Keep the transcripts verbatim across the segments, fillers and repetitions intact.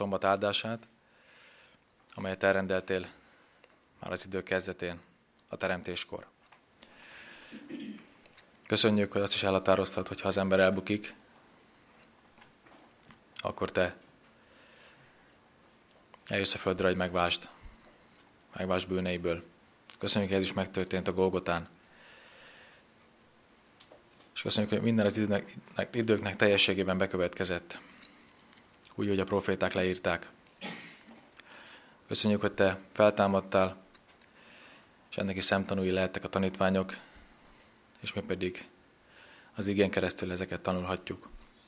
szombat áldását, amelyet elrendeltél már az idő kezdetén, a teremtéskor. Köszönjük, hogy azt is elhatároztad, hogy ha az ember elbukik, akkor te eljössz a földre, hogy megvásd, megvásd bűneiből. Köszönjük, hogy ez is megtörtént a Golgotán. És köszönjük, hogy minden az időknek, időknek teljességében bekövetkezett. Úgy, hogy a proféták leírták. Köszönjük, hogy te feltámadtál, és ennek is szemtanúi lehettek a tanítványok, és mi pedig az igén keresztül ezeket tanulhatjuk.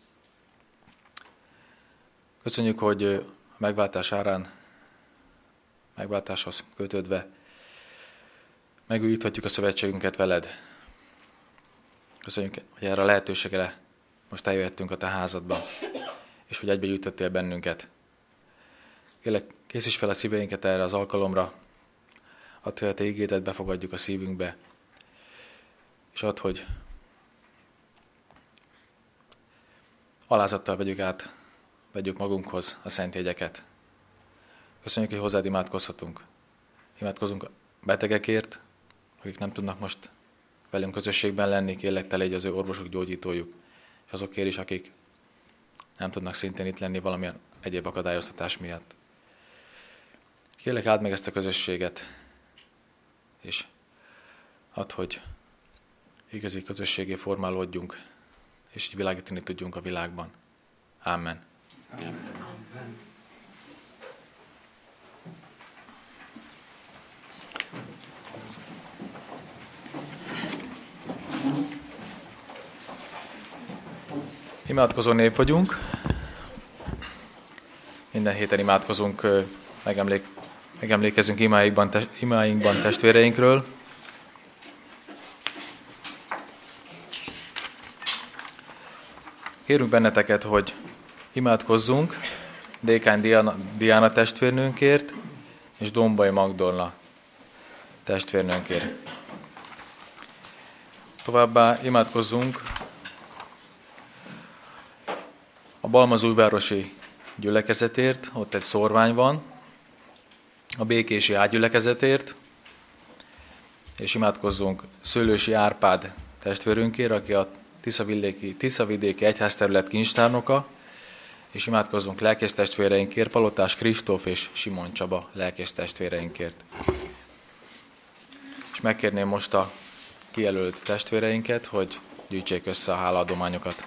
Köszönjük, hogy a megváltás árán, megváltáshoz kötődve megújíthatjuk a szövetségünket veled. Köszönjük, hogy erre a lehetőségre most eljöhettünk a te házadba, és hogy egybegyűjtöttél bennünket. Kérlek, készíts fel a szíveinket erre az alkalomra, add, hogy a te ígédet befogadjuk a szívünkbe, és add, hogy alázattal vegyük át, vegyük magunkhoz a szent jegyeket. Köszönjük, hogy hozzád imádkozhatunk. Imádkozunk a betegekért, akik nem tudnak most velünk közösségben lenni, kérlek, te légy az ő orvosuk, gyógyítójuk, és azokért is, akik nem tudnak szintén itt lenni valamilyen egyéb akadályoztatás miatt. Kérlek, áld meg ezt a közösséget, és add, hogy igazi közösségé formálódjunk, és így világítani tudjunk a világban. Amen. Amen. Imádkozó nép vagyunk. Minden héten imádkozunk, megemlék, megemlékezünk imáinkban, test, imáinkban testvéreinkről. Kérünk benneteket, hogy imádkozzunk Dékány Diana, Diana testvérnőnkért és Dombai Magdolna testvérnőnkért. Továbbá imádkozzunk a Balmazújvárosi gyülekezetért, ott egy szórvány van, a Békési ágygyülekezetért, és imádkozzunk Szőlősi Árpád testvérünkért, aki a Tiszavidéki, Tiszavidéki egyházterület kincstárnoka, és imádkozzunk lelkész testvéreinkért, Palotás Kristóf és Simon Csaba lelkész testvéreinkért. És megkérném most a kijelölt testvéreinket, hogy gyűjtsék össze a hálaadományokat.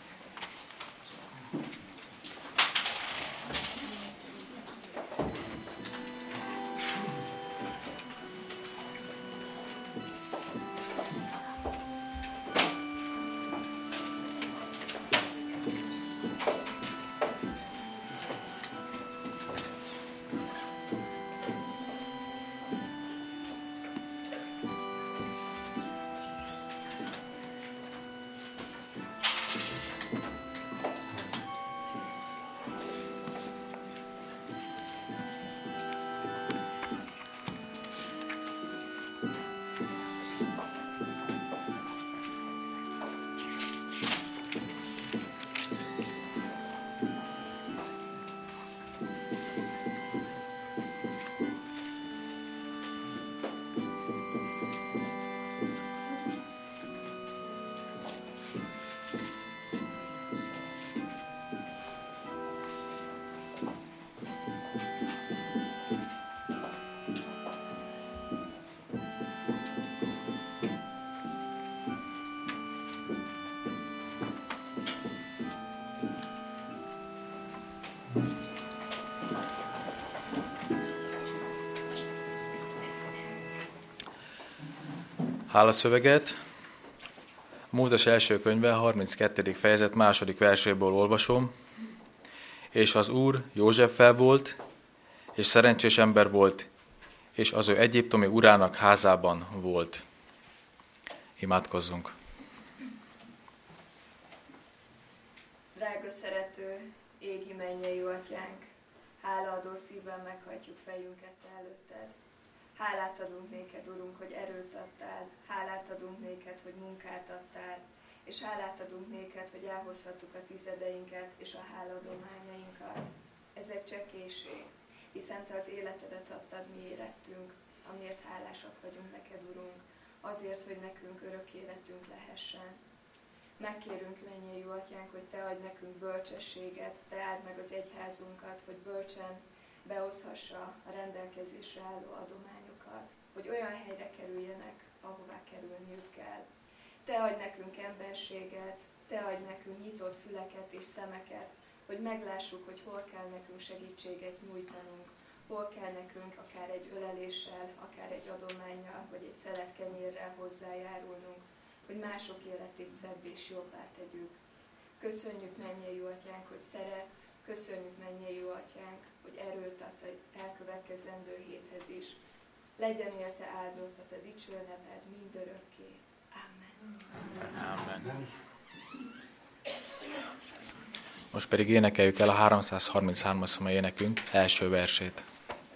Hálaszöveget. Mózes első könyve, harminckettedik fejezet második verséből olvasom. És az Úr Józseffel volt, és szerencsés ember volt, és az ő egyiptomi urának házában volt. Imádkozzunk. Drága szerető, égi mennyei atyánk, hálaadó szívvel meghajtjuk fejünket te előtted. Hálát adunk néked, Urunk, hogy erőt adtál, hálát adunk néked, hogy munkát adtál, és hálát adunk néked, hogy elhozhattuk a tizedeinket és a háladományainkat. ezek csekésé, hiszen Te az életedet adtad mi érettünk, amiért hálásak vagyunk neked, Urunk, azért, hogy nekünk örök életünk lehessen. Megkérünk, mennyei jó Atyánk, hogy Te adj nekünk bölcsességet, Te áld meg az egyházunkat, hogy bölcsen behozhassa a rendelkezésre álló adományokat, hogy olyan helyre kerüljenek, ahová kerülniük kell. Te adj nekünk emberséget, Te adj nekünk nyitott füleket és szemeket, hogy meglássuk, hogy hol kell nekünk segítséget nyújtanunk, hol kell nekünk akár egy öleléssel, akár egy adománnyal, vagy egy szelet kenyérrel hozzájárulnunk, hogy mások életét szebb és jobbá tegyük. Köszönjük, mennyei jó Atyánk, hogy szeretsz, köszönjük, mennyei jó Atyánk, hogy erőt adsz az elkövetkezendő héthez is. Legyen élte áldott a Te dicső neved mindörökké. Amen. Amen. Most pedig énekeljük el a háromszázharminchárom szomai énekünk első versét.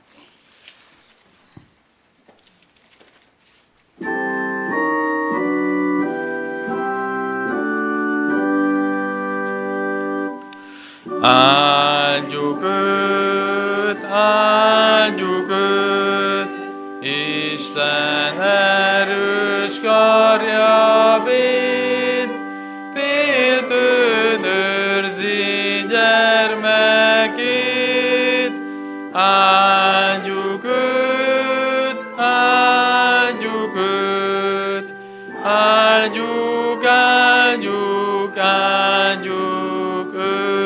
Áldjuk őt, áldjuk őt, Isten erős karja véd, féltőn őrzi gyermekét. Áldjuk őt, áldjuk őt, áldjuk, áldjuk, áldjuk őt.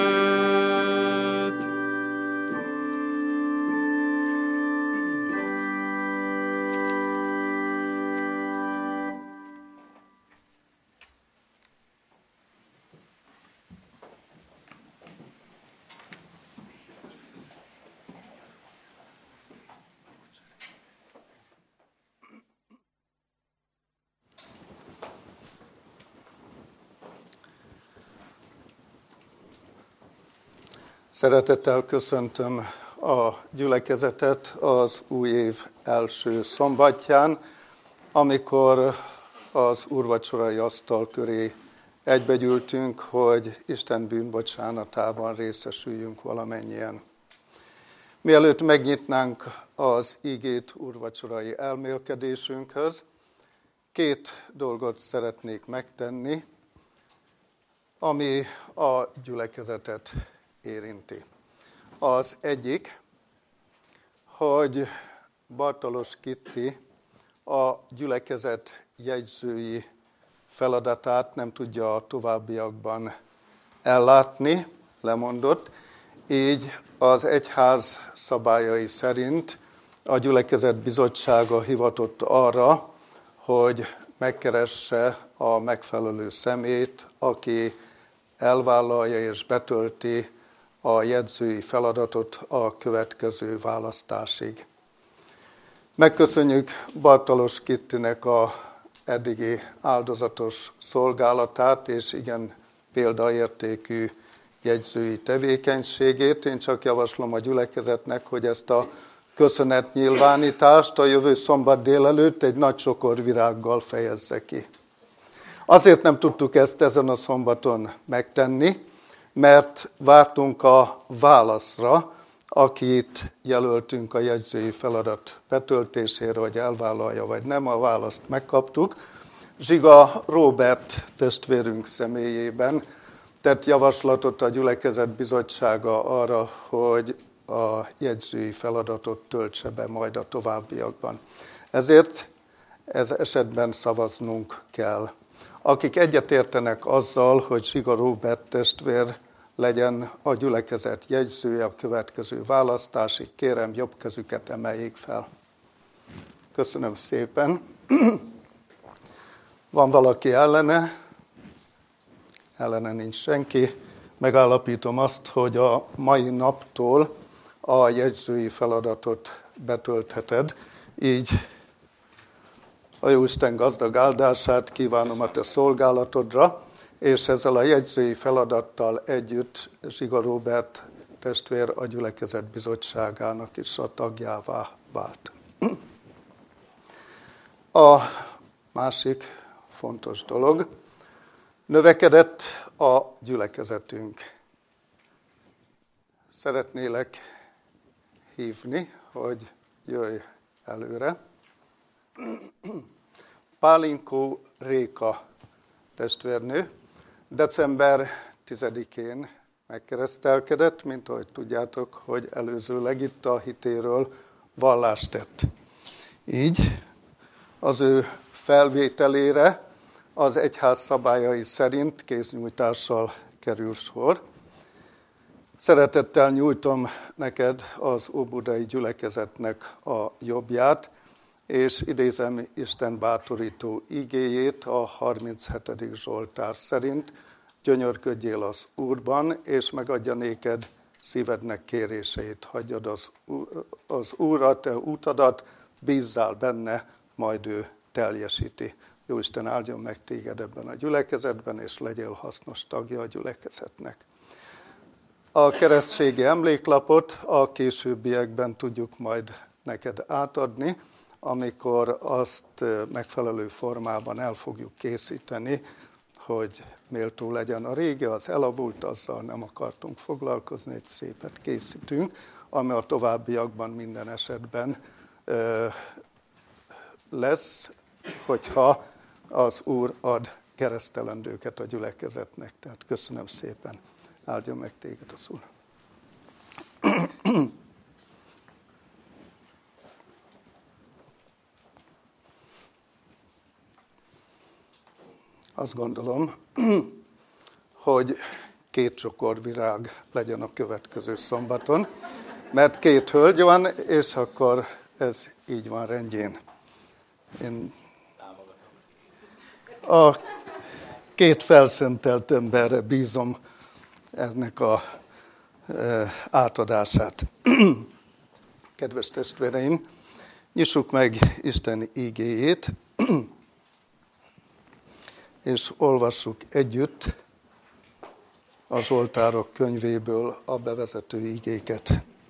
Szeretettel köszöntöm a gyülekezetet az új év első szombatján, amikor az úrvacsorai asztal köré egybegyűltünk, hogy Isten bűnbocsánatában részesüljünk valamennyien. Mielőtt megnyitnánk az igét úrvacsorai elmélkedésünkhöz, két dolgot szeretnék megtenni, ami a gyülekezetet érinti. Az egyik, hogy Bartalos Kitti a gyülekezet jegyzői feladatát nem tudja a továbbiakban ellátni, lemondott, így az egyház szabályai szerint a gyülekezet bizottsága hivatott arra, hogy megkeresse a megfelelő szemét, aki elvállalja és betölti a jegyzői feladatot a következő választásig. Megköszönjük Bartalos Kittinek a eddigi áldozatos szolgálatát és igen példaértékű jegyzői tevékenységét. Én csak javaslom a gyülekezetnek, hogy ezt a köszönetnyilvánítást a jövő szombat délelőtt egy nagy csokor virággal fejezze ki. Azért nem tudtuk ezt ezen a szombaton megtenni, mert vártunk a válaszra, akit jelöltünk a jegyzői feladat betöltésére, hogy elvállalja vagy nem, a választ megkaptuk. Zsiga Róbert testvérünk személyében tett javaslatot a gyülekezet bizottsága arra, hogy a jegyzői feladatot töltse be majd a továbbiakban. Ezért ez esetben szavaznunk kell. Akik egyetértenek azzal, hogy Zsiga Róbert testvér legyen a gyülekezet jegyzője a következő választásig, kérem, jobb kezüket emeljék fel. Köszönöm szépen. Van valaki ellene? Ellene nincs senki. Megállapítom azt, hogy a mai naptól a jegyzői feladatot betöltheted, így a Jóisten gazdag áldását kívánom a te szolgálatodra, és ezzel a jegyzői feladattal együtt Zsiga Róbert testvér a gyülekezet bizottságának is a tagjává vált. A másik fontos dolog, növekedett a gyülekezetünk. szeretnélek hívni, hogy jöjj előre. Pálinkó Réka testvérnő december tizedikén megkeresztelkedett, mint ahogy tudjátok, hogy előzőleg itt a hitéről vallást tett. Így az ő felvételére az egyház szabályai szerint kéznyújtással kerül sor. Szeretettel nyújtom neked az óbudai gyülekezetnek a jobbját, és idézem Isten bátorító igéjét a harminchetedik Zsoltár szerint: gyönyörködjél az Úrban, és megadja néked szívednek kéréseit. Hagyjad az, az Úr a te utadat, bízzál benne, majd ő teljesíti. Jóisten áldjon meg téged ebben a gyülekezetben, és legyél hasznos tagja a gyülekezetnek. A keresztségi emléklapot a későbbiekben tudjuk majd neked átadni, amikor azt megfelelő formában el fogjuk készíteni, hogy méltó legyen. A régi, az elavult, azzal nem akartunk foglalkozni, egy szépet készítünk, ami a továbbiakban minden esetben lesz, hogyha az Úr ad keresztelendőket a gyülekezetnek. Tehát köszönöm szépen. Áldjon meg téged az Úr. Azt gondolom, hogy két csokor virág legyen a következő szombaton, mert két hölgy van, és akkor ez így van rendjén. Én a két felszentelt emberre bízom ennek a e, átadását. Kedves testvéreim, nyissuk meg Isten igéjét, és olvassuk együtt a Zsoltárok könyvéből a bevezető igéket.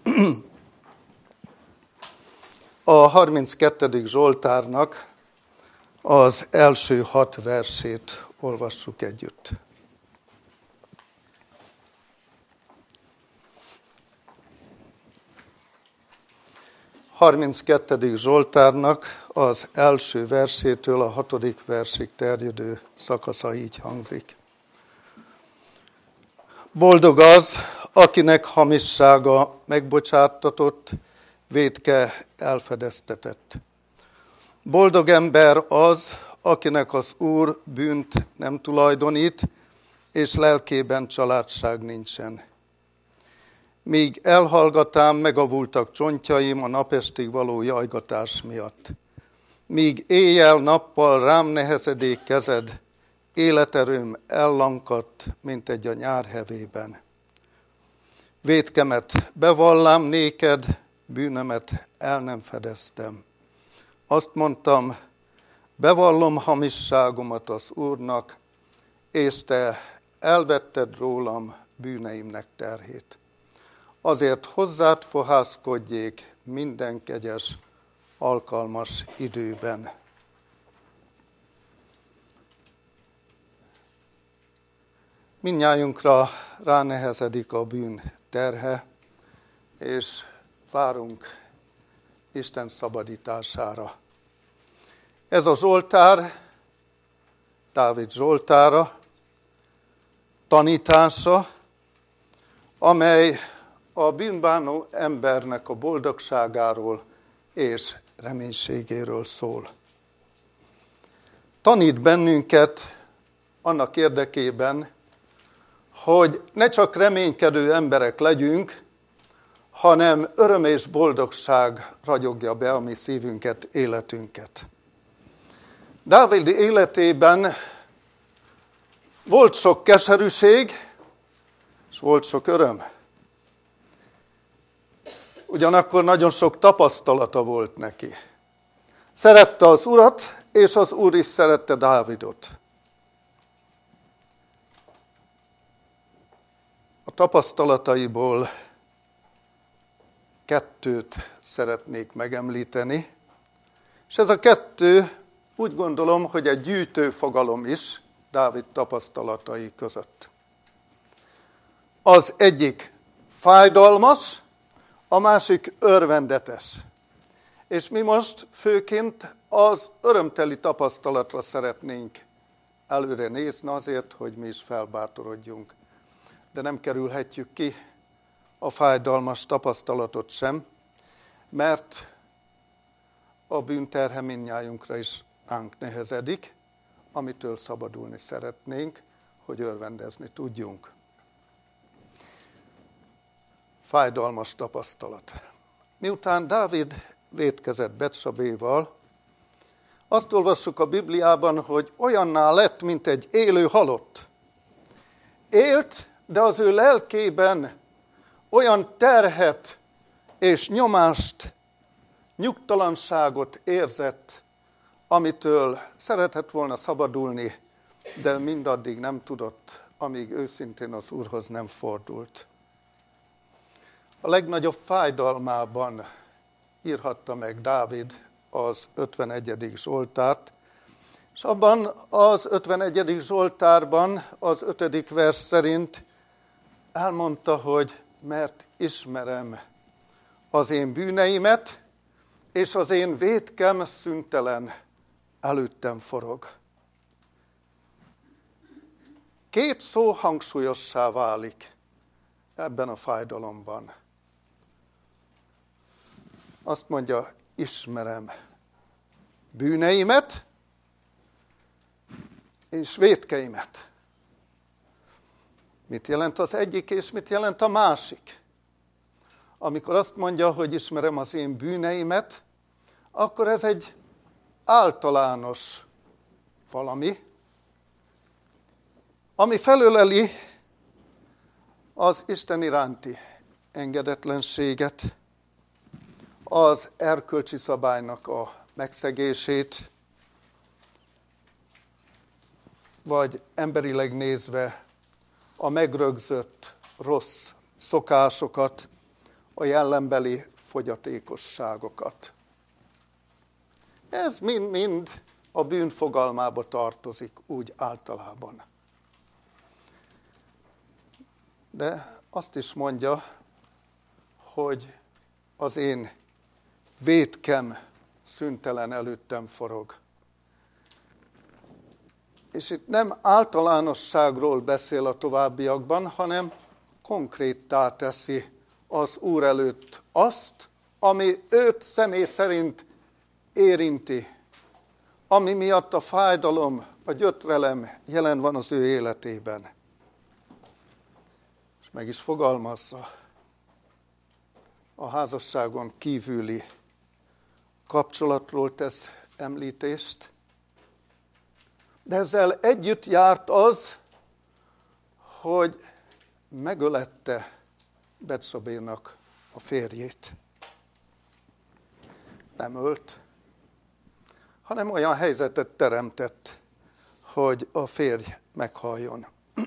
A harminckettedik Zsoltárnak az első hat versét olvassuk együtt. harminckettedik Zsoltárnak az első versétől a hatodik versig terjedő szakasza így hangzik. Boldog az, akinek hamissága megbocsáttatott, vétke elfedeztetett. Boldog ember az, akinek az Úr bűnt nem tulajdonít, és lelkében családság nincsen. Míg elhallgatám, megavultak csontjaim a napestig való jajgatás miatt. Míg éjjel-nappal rám nehezedék kezed, életerőm ellankadt, mint egy a nyár hevében. Vétkemet bevallám néked, bűnömet el nem fedeztem. Azt mondtam, bevallom hamisságomat az Úrnak, és te elvetted rólam bűneimnek terhét. Azért hozzád fohászkodjék minden kegyes, alkalmas időben. Mindnyájunkra ránehezedik a bűn terhe, és várunk Isten szabadítására. Ez a Zsoltár, Dávid Zsoltára, tanítása, amely a bűnbánó embernek a boldogságáról és reménységéről szól. Tanít bennünket annak érdekében, hogy ne csak reménykedő emberek legyünk, hanem öröm és boldogság ragyogja be a mi szívünket, életünket. Dávid életében volt sok keserűség, és volt sok öröm. Ugyanakkor nagyon sok tapasztalata volt neki. Szerette az Urat, és az Úr is szerette Dávidot. A tapasztalataiból kettőt szeretnék megemlíteni, és ez a kettő úgy gondolom, hogy egy gyűjtő fogalom is Dávid tapasztalatai között. Az egyik fájdalmas, a másik örvendetes. És mi most főként az örömteli tapasztalatra szeretnénk előre nézni azért, hogy mi is felbátorodjunk. De nem kerülhetjük ki a fájdalmas tapasztalatot sem, mert a bűnterhe mindnyájunkra is ránk nehezedik, amitől szabadulni szeretnénk, hogy örvendezni tudjunk. Fájdalmas tapasztalat. Miután Dávid vétkezett Betsabéval, azt olvassuk a Bibliában, hogy olyanná lett, mint egy élő halott. Élt, de az ő lelkében olyan terhet és nyomást, nyugtalanságot érzett, amitől szeretett volna szabadulni, de mindaddig nem tudott, amíg őszintén az Úrhoz nem fordult. A legnagyobb fájdalmában írhatta meg Dávid az ötvenegyedik Zsoltárt, és abban az ötvenegyedik Zsoltárban az ötödik vers szerint elmondta, hogy mert ismerem az én bűneimet, és az én vétkem szüntelen előttem forog. Két szó hangsúlyossá válik ebben a fájdalomban. Azt mondja, ismerem bűneimet és vétkeimet. Mit jelent az egyik, és mit jelent a másik? Amikor azt mondja, hogy ismerem az én bűneimet, akkor ez egy általános valami, ami felöleli az Isten iránti engedetlenséget, az erkölcsi szabálynak a megszegését, vagy emberileg nézve a megrögzött rossz szokásokat, a jellembeli fogyatékosságokat. Ez mind-mind a bűn fogalmába tartozik úgy általában. De azt is mondja, hogy az én vétkem szüntelen előttem forog. És itt nem általánosságról beszél a továbbiakban, hanem konkréttá teszi az Úr előtt azt, ami őt személy szerint érinti, ami miatt a fájdalom, a gyötrelem jelen van az ő életében. És meg is fogalmazza a házasságon kívüli kapcsolatról tesz említést, de ezzel együtt járt az, hogy megölette Betsabénak a férjét. Nem ölt, hanem olyan helyzetet teremtett, hogy a férj meghalljon.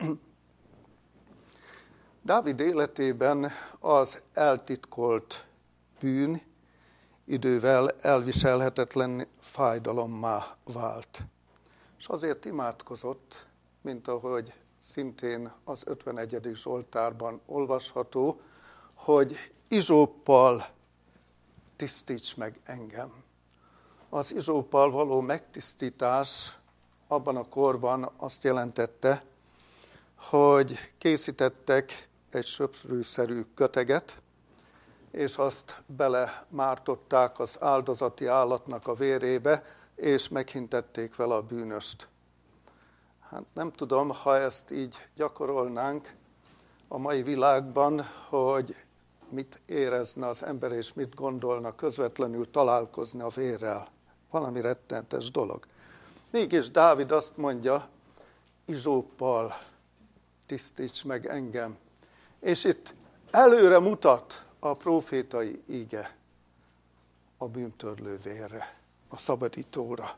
Dávid életében az eltitkolt bűn idővel elviselhetetlen fájdalommá vált. És azért imádkozott, mint ahogy szintén az ötvenegyedik Zsoltárban olvasható, hogy izsóppal tisztíts meg engem. Az izsóppal való megtisztítás abban a korban azt jelentette, hogy készítettek egy söprűszerű köteget, és azt belemártották az áldozati állatnak a vérébe, és meghintették vele a bűnöst. Hát nem tudom, ha ezt így gyakorolnánk a mai világban, hogy mit érezne az ember, és mit gondolna közvetlenül találkozni a vérrel. Valami rettenetes dolog. Mégis Dávid azt mondja, izsóppal tisztíts meg engem. És itt előre mutat a prófétai íge a bűntörlő vérre, a szabadítóra.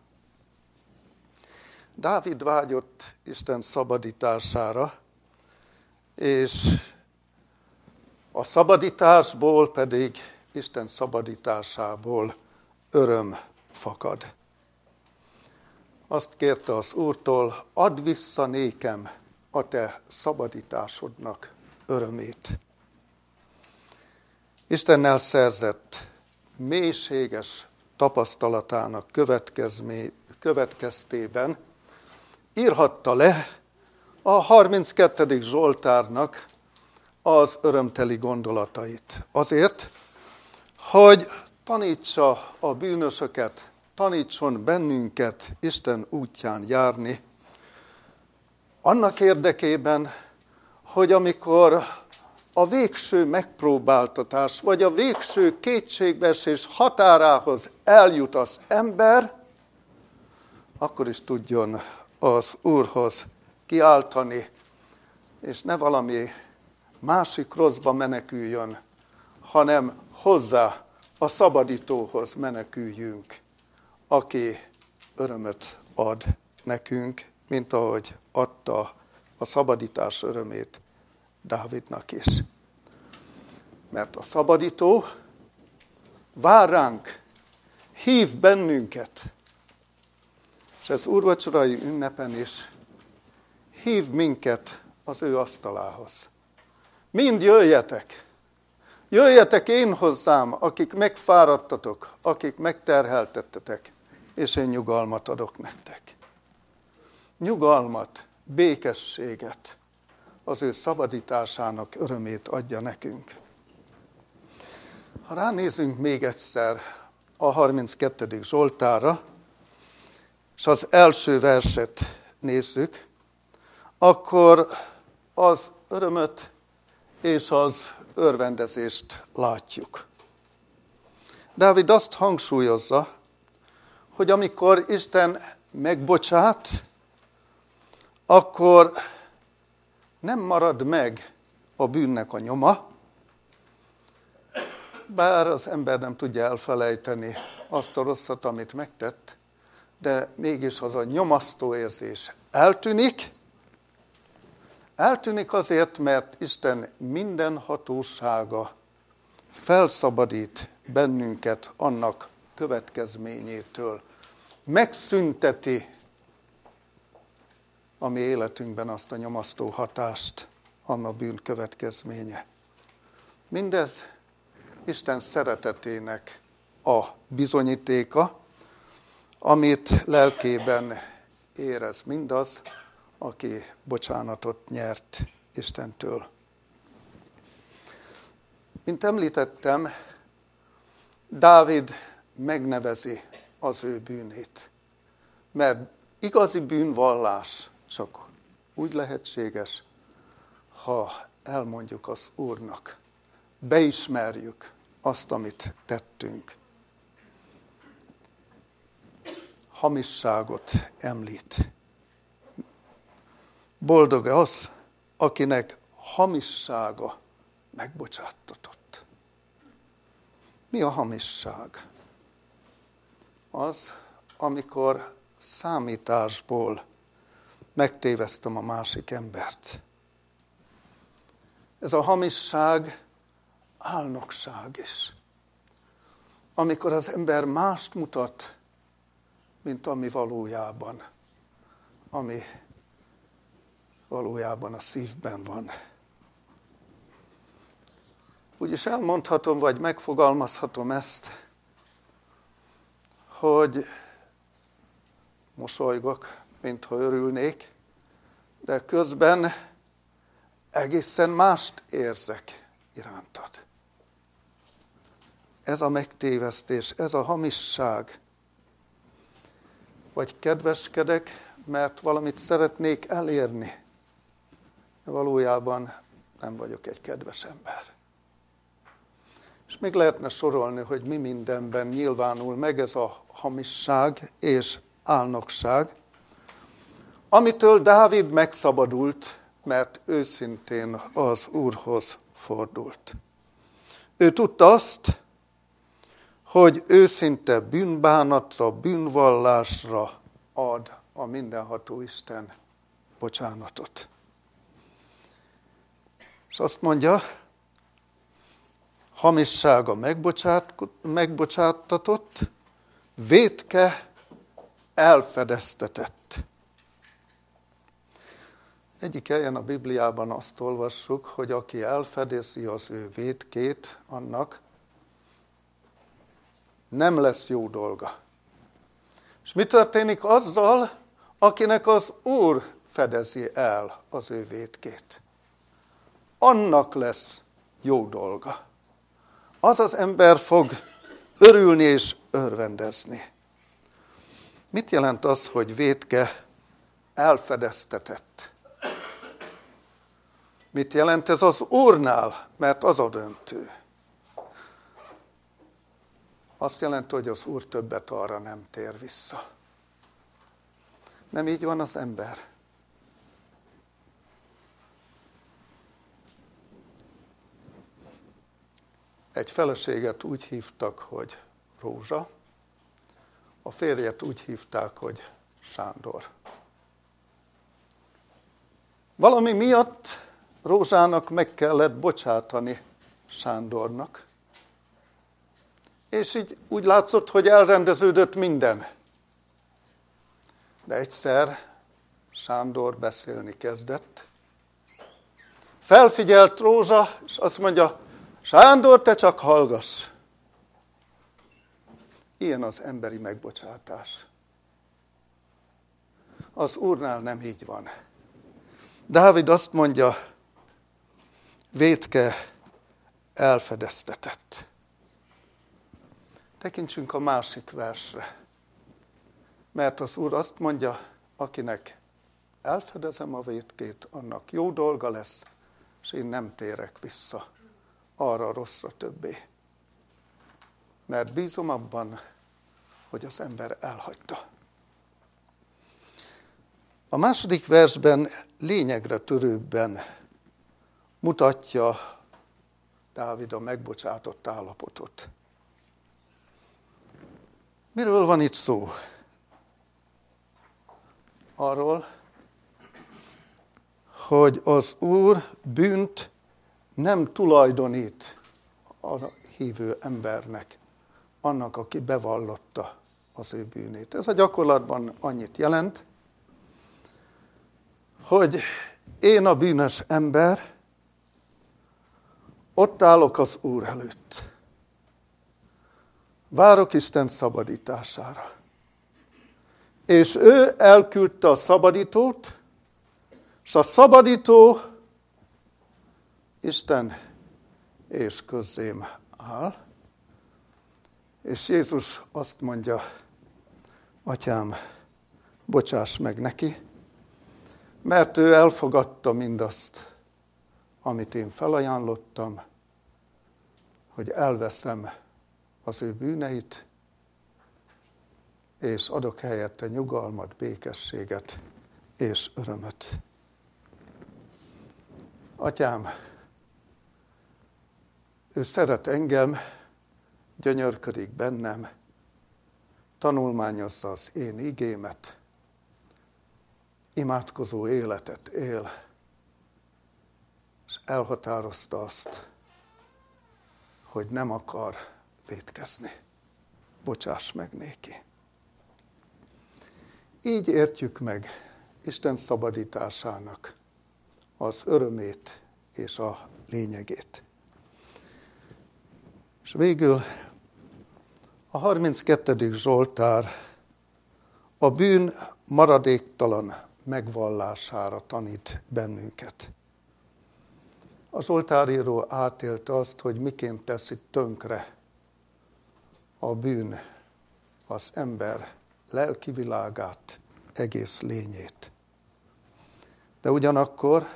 Dávid vágyott Isten szabadítására, és a szabadításból pedig Isten szabadításából öröm fakad. Azt kérte az Úrtól, add vissza nékem a te szabadításodnak örömét. Istennel szerzett mélységes tapasztalatának következtében írhatta le a harminckettedik Zsoltárnak az örömteli gondolatait. Azért, hogy tanítsa a bűnösöket, tanítson bennünket Isten útján járni, annak érdekében, hogy amikor a végső megpróbáltatás, vagy a végső kétségbeesés határához eljut az ember, akkor is tudjon az Úrhoz kiáltani, és ne valami másik rosszba meneküljön, hanem hozzá a szabadítóhoz meneküljünk, aki örömöt ad nekünk, mint ahogy adta a szabadítás örömét Dávidnak is. Mert a szabadító vár ránk, hív bennünket, és ez úrvacsorai ünnepen is hív minket az ő asztalához. Mind jöjjetek! Jöjjetek én hozzám, akik megfáradtatok, akik megterheltettetek, és én nyugalmat adok nektek. Nyugalmat, békességet, az ő szabadításának örömét adja nekünk. Ha ránézünk még egyszer a harminckettedik Zsoltárra, és az első verset nézzük, akkor az örömöt és az örvendezést látjuk. Dávid azt hangsúlyozza, hogy amikor Isten megbocsát, akkor nem marad meg a bűnnek a nyoma, bár az ember nem tudja elfelejteni azt a rosszat, amit megtett, de mégis az a nyomasztó érzés eltűnik. Eltűnik azért, mert Isten minden hatósága felszabadít bennünket annak következményétől. Megszünteti a mi életünkben azt a nyomasztó hatást, ami a bűn következménye. Mindez Isten szeretetének a bizonyítéka, amit lelkében érez mindaz, aki bocsánatot nyert Istentől. Mint említettem, Dávid megnevezi az ő bűnét, mert igazi bűnvallás csak úgy lehetséges, ha elmondjuk az Úrnak, beismerjük azt, amit tettünk. Hamisságot említ. Boldog-e az, akinek hamissága megbocsáttatott? Mi a hamisság? Az, amikor számításból megtévesztem a másik embert. Ez a hamisság álnokság is. Amikor az ember mást mutat, mint ami valójában, ami valójában a szívben van. Úgyis elmondhatom, vagy megfogalmazhatom ezt, hogy mosolygok, mintha örülnék, de közben egészen mást érzek irántad. Ez a megtévesztés, ez a hamisság. Vagy kedveskedek, mert valamit szeretnék elérni. De valójában nem vagyok egy kedves ember. És még lehetne sorolni, hogy mi mindenben nyilvánul meg ez a hamisság és álnokság, amitől Dávid megszabadult, mert őszintén az Úrhoz fordult. Ő tudta azt, hogy őszinte bűnbánatra, bűnvallásra ad a mindenható Isten bocsánatot. És azt mondja, hamissága megbocsáttatott, vétke elfedeztetett. Egyik helyen a Bibliában azt olvassuk, hogy aki elfedezi az ő vétkét, annak nem lesz jó dolga. És mi történik azzal, akinek az Úr fedezi el az ő vétkét? Annak lesz jó dolga. Az az ember fog örülni és örvendezni. Mit jelent az, hogy vétke elfedeztetett? Mit jelent ez az Úrnál? Mert az a döntő. Azt jelenti, hogy az Úr többet arra nem tér vissza. Nem így van az ember. Egy feleséget úgy hívtak, hogy Rózsa, a férjet úgy hívták, hogy Sándor. Valami miatt Rózsának meg kellett bocsátani Sándornak, és így úgy látszott, hogy elrendeződött minden. De egyszer Sándor beszélni kezdett. Felfigyelt Rózsa, és azt mondja, Sándor, te csak hallgass. Ilyen az emberi megbocsátás. Az Úrnál nem így van. Dávid azt mondja, vétke elfedeztetett. Tekintsünk a másik versre. Mert az Úr azt mondja, akinek elfedezem a vétkét, annak jó dolga lesz, és én nem térek vissza arra a rosszra többé. Mert bízom abban, hogy az ember elhagyta. A második versben lényegre törőbben mutatja Dávid a megbocsátott állapotot. Miről van itt szó? Arról, hogy az Úr bűnt nem tulajdonít a hívő embernek, annak, aki bevallotta az ő bűnét. Ez a gyakorlatban annyit jelent, hogy én a bűnös ember, ott állok az Úr előtt. Várok Isten szabadítására. És ő elküldte a szabadítót, és a szabadító Isten és közém áll. És Jézus azt mondja, Atyám, bocsáss meg neki, mert ő elfogadta mindazt, amit én felajánlottam, hogy elveszem az ő bűneit, és adok helyette nyugalmat, békességet és örömöt. Atyám, ő szeret engem, gyönyörködik bennem, tanulmányozza az én igémet, imádkozó életet él, és elhatározta azt, hogy nem akar vétkezni. Bocsáss meg néki. Így értjük meg Isten szabadításának az örömét és a lényegét. És végül a harminckettedik Zsoltár a bűn maradéktalan megvallására tanít bennünket. A Zsoltáríró átélte azt, hogy miként teszi tönkre a bűn az ember lelki világát, egész lényét. De ugyanakkor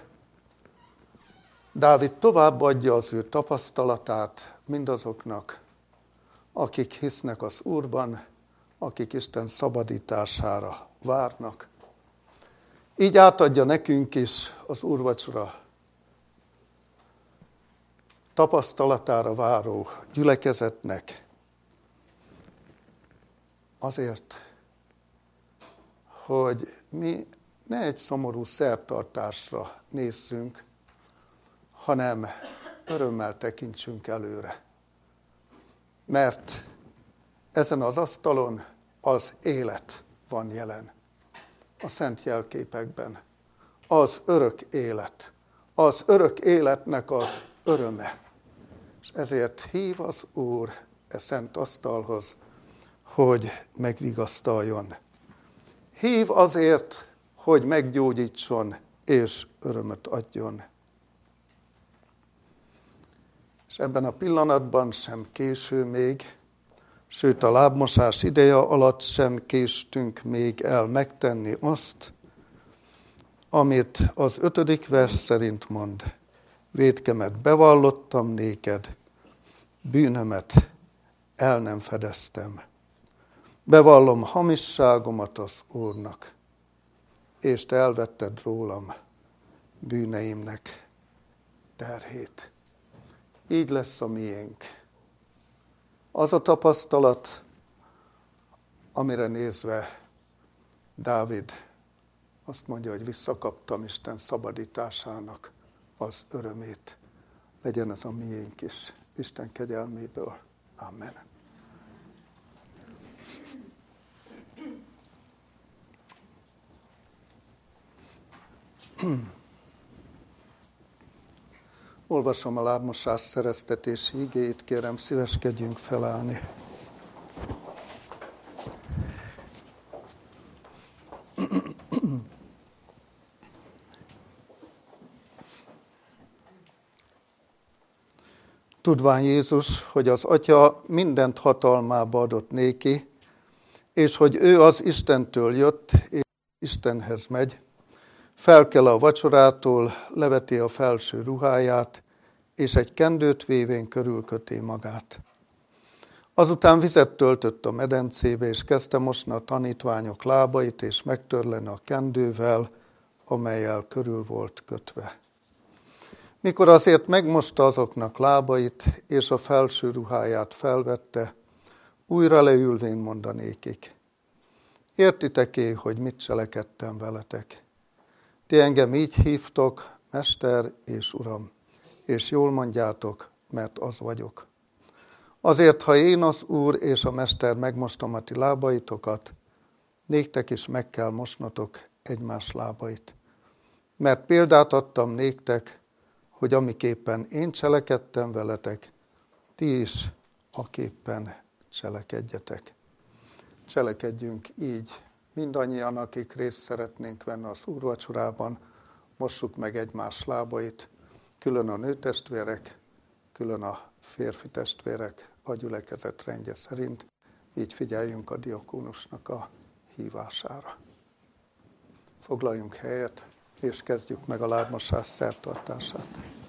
Dávid továbbadja az ő tapasztalatát mindazoknak, akik hisznek az Úrban, akik Isten szabadítására várnak. Így átadja nekünk is az úrvacsora tapasztalatára váró gyülekezetnek, azért, hogy mi ne egy szomorú szertartásra nézzünk, hanem örömmel tekintsünk előre. Mert ezen az asztalon az élet van jelen. A szent jelképekben az örök élet. Az örök életnek az öröme. És ezért hív az Úr e szent asztalhoz, hogy megvigasztaljon. Hív azért, hogy meggyógyítson és örömöt adjon. És ebben a pillanatban sem késő még, sőt a lábmosás ideje alatt sem késtünk még el megtenni azt, amit az ötödik vers szerint mond. Vétkemet bevallottam néked, bűnömet el nem fedeztem. Bevallom hamisságomat az Úrnak, és te elvetted rólam bűneimnek terhét. Így lesz a miénk. Az a tapasztalat, amire nézve Dávid azt mondja, hogy visszakaptam Isten szabadításának az örömét. Legyen ez a miénk is, Isten kegyelméből. Amen. Olvasom a lábmosás szereztetési igéjét, kérem szíveskedjünk felállni. Tudván Jézus, hogy az Atya mindent hatalmába adott néki, és hogy ő az Istentől jött, és Istenhez megy, felkel a vacsorától, leveti a felső ruháját, és egy kendőt vévén körülköti magát. Azután vizet töltött a medencébe, és kezdte mosni a tanítványok lábait, és megtörleni a kendővel, amellyel körül volt kötve. Mikor azért megmosta azoknak lábait, és a felső ruháját felvette, újra leülvén mondanékik: értitek-e, hogy mit cselekedtem veletek? Ti engem így hívtok, Mester és Uram, és jól mondjátok, mert az vagyok. Azért, ha én az Úr és a Mester megmostom a ti lábaitokat, néktek is meg kell mosnotok egymás lábait. Mert példát adtam néktek, hogy amiképpen én cselekedtem veletek, ti is aképpen cselekedjetek. Cselekedjünk így mindannyian, akik részt szeretnénk venni az úrvacsorában, mossuk meg egymás lábait, külön a nőtestvérek, külön a férfi testvérek a gyülekezet rendje szerint, így figyeljünk a diakónusnak a hívására. Foglaljunk helyet, és kezdjük meg a lábmosás szertartását.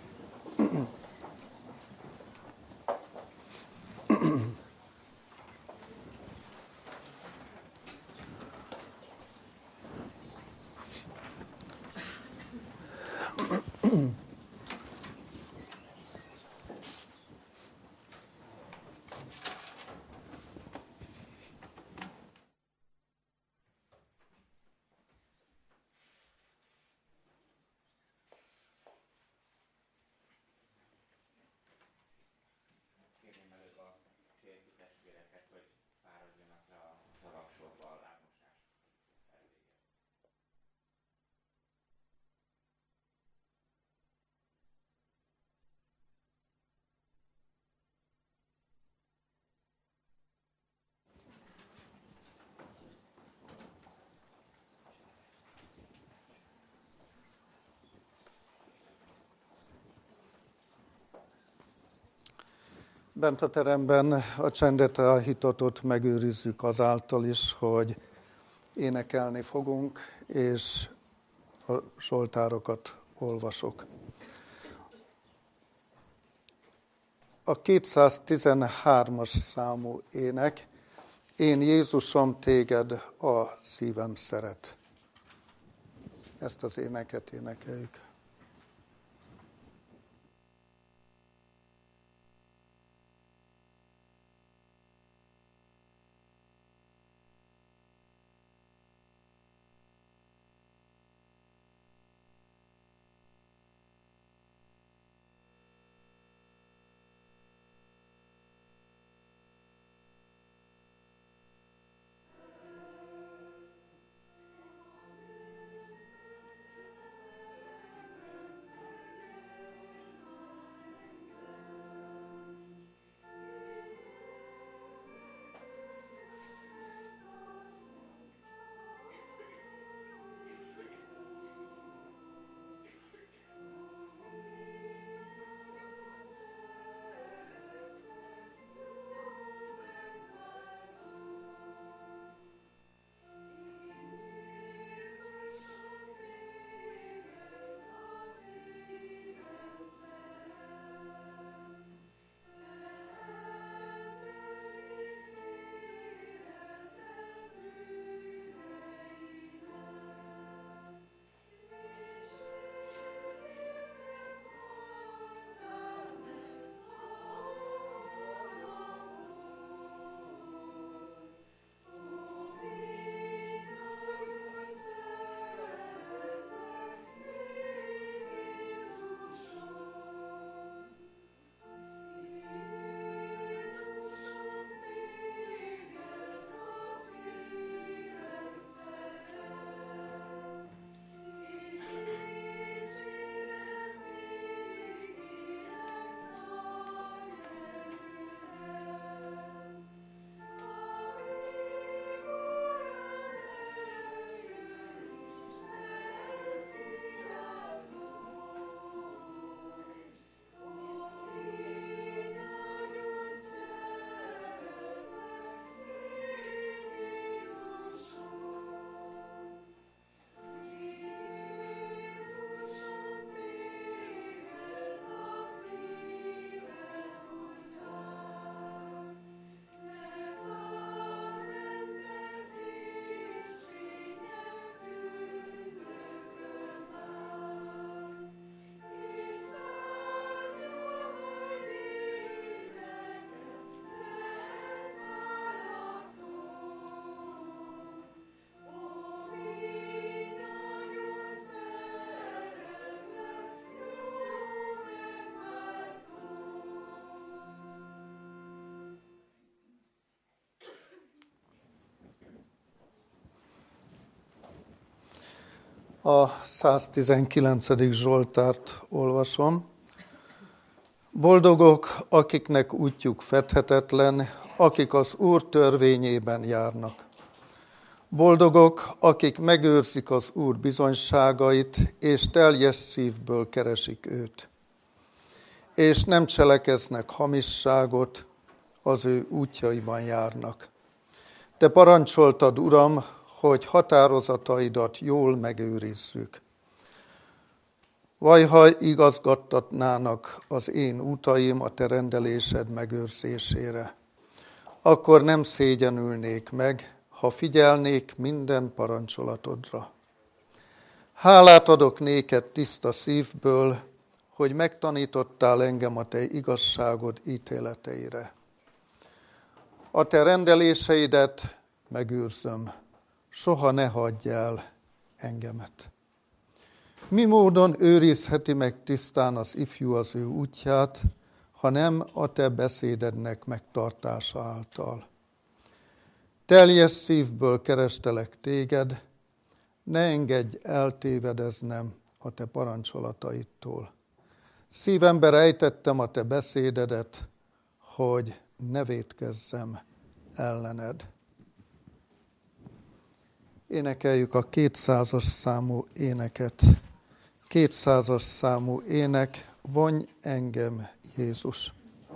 Bent a teremben a csendet, a hitatot megőrizzük azáltal is, hogy énekelni fogunk, és a zsoltárokat olvasok. A kétszáztizenhármas számú ének: Én Jézusom, téged a szívem szeret. Ezt az éneket énekeljük. A száztizenkilencedik Zsoltárt olvasom. Boldogok, akiknek útjuk fedhetetlen, akik az Úr törvényében járnak. Boldogok, akik megőrzik az Úr bizonyságait, és teljes szívből keresik őt. És nem cselekeznek hamisságot, az ő útjaiban járnak. Te parancsoltad, Uram, hogy határozataidat jól megőrizzük. Vaj, ha igazgattatnának az én útaim a te rendelésed megőrzésére, akkor nem szégyenülnék meg, ha figyelnék minden parancsolatodra. Hálát adok néked tiszta szívből, hogy megtanítottál engem a te igazságod ítéleteire. A te rendeléseidet megőrzöm, soha ne hagyj el engemet. Mi módon őrizheti meg tisztán az ifjú az ő útját, ha nem a te beszédednek megtartása által? Teljes szívből kerestelek téged, ne engedj eltévedeznem a te parancsolataidtól. Szívembe rejtettem a te beszédedet, hogy ne vétkezzem ellened. Énekeljük a kétszázas számú éneket. Kétszázas számú ének, vonj engem, Jézus.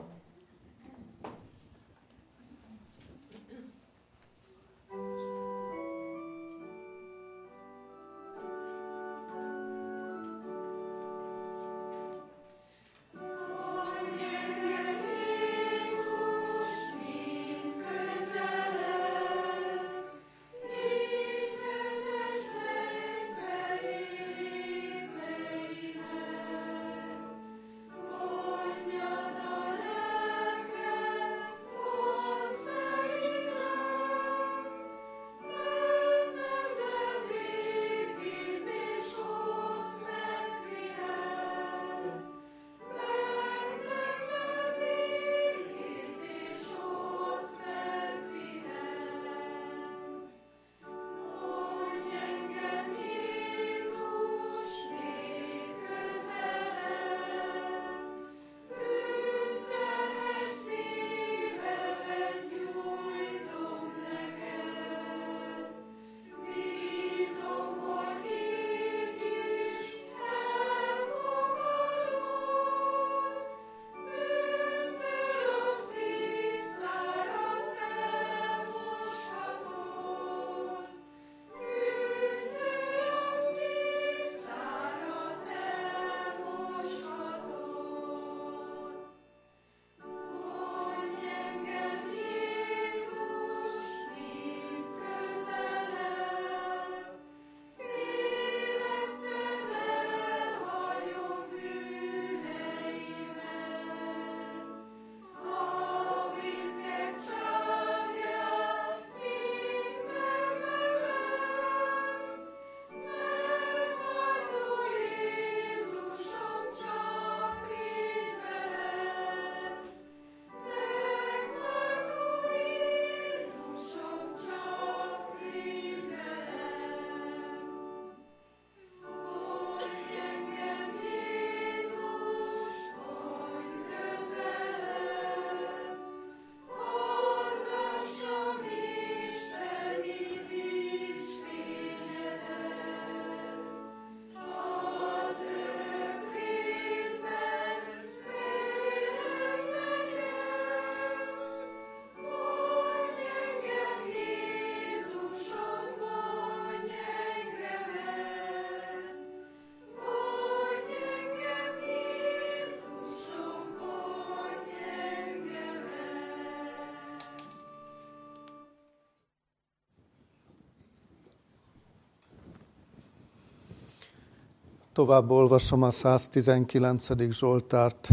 Tovább olvasom a száztizenkilencedik Zsoltárt.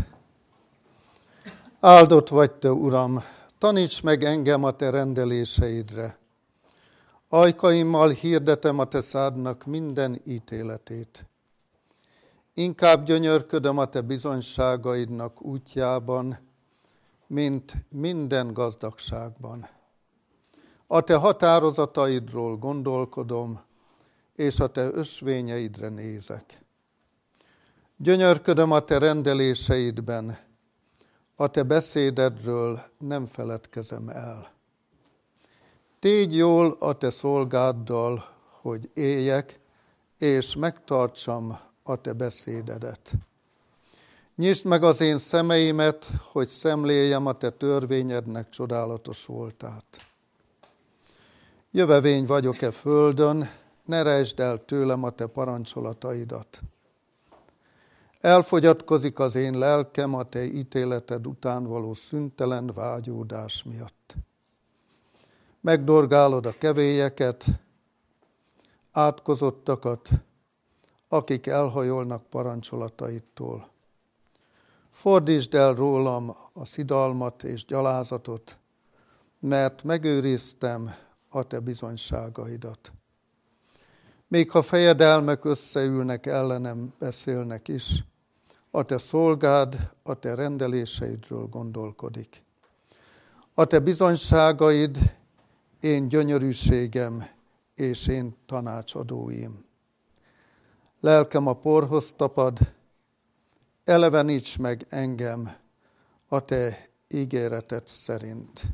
Áldott vagy te, Uram, taníts meg engem a te rendeléseidre. Ajkaimmal hirdetem a te szádnak minden ítéletét. Inkább gyönyörködöm a te bizonyságaidnak útjában, mint minden gazdagságban. A te határozataidról gondolkodom, és a te ösvényeidre nézek. Gyönyörködöm a te rendeléseidben, a te beszédedről nem feledkezem el. Tégy jól a te szolgáddal, hogy éljek, és megtartsam a te beszédedet. Nyisd meg az én szemeimet, hogy szemléljem a te törvényednek csodálatos voltát. Jövevény vagyok-e földön, ne rejtsd el tőlem a te parancsolataidat. Elfogyatkozik az én lelkem a te ítéleted után való szüntelen vágyódás miatt. Megdorgálod a kevélyeket, átkozottakat, akik elhajolnak parancsolataidtól. Fordítsd el rólam a szidalmat és gyalázatot, mert megőriztem a te bizonyságaidat. Még ha fejedelmek összeülnek ellenem, beszélnek is, a te szolgád a te rendeléseidről gondolkodik. A te bizonyságaid, én gyönyörűségem és én tanácsadóim. Lelkem a porhoz tapad, eleveníts meg engem a te ígéreted szerint.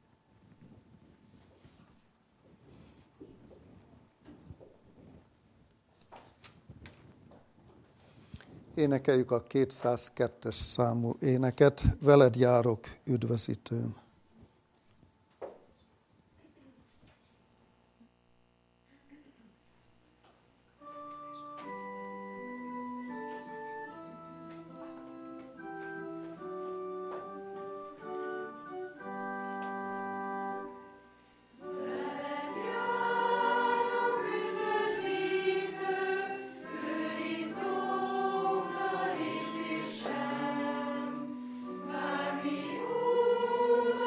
Énekeljük a kétszázkettes számú éneket, veled járok, üdvözítőm. Úr,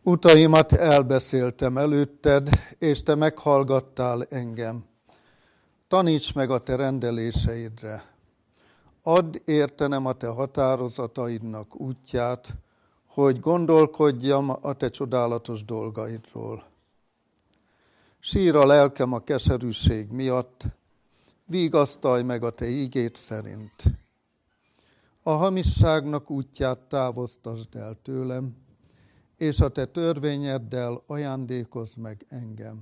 Utaimat elbeszéltem előtted, és te meghallgattál engem. Taníts meg a te rendeléseidre. Add értenem a te határozataidnak útját, hogy gondolkodjam a te csodálatos dolgaidról. Sír a lelkem a keserűség miatt, vigasztalj meg a te ígéd szerint. A hamisságnak útját távoztasd el tőlem, és a te törvényeddel ajándékozz meg engem.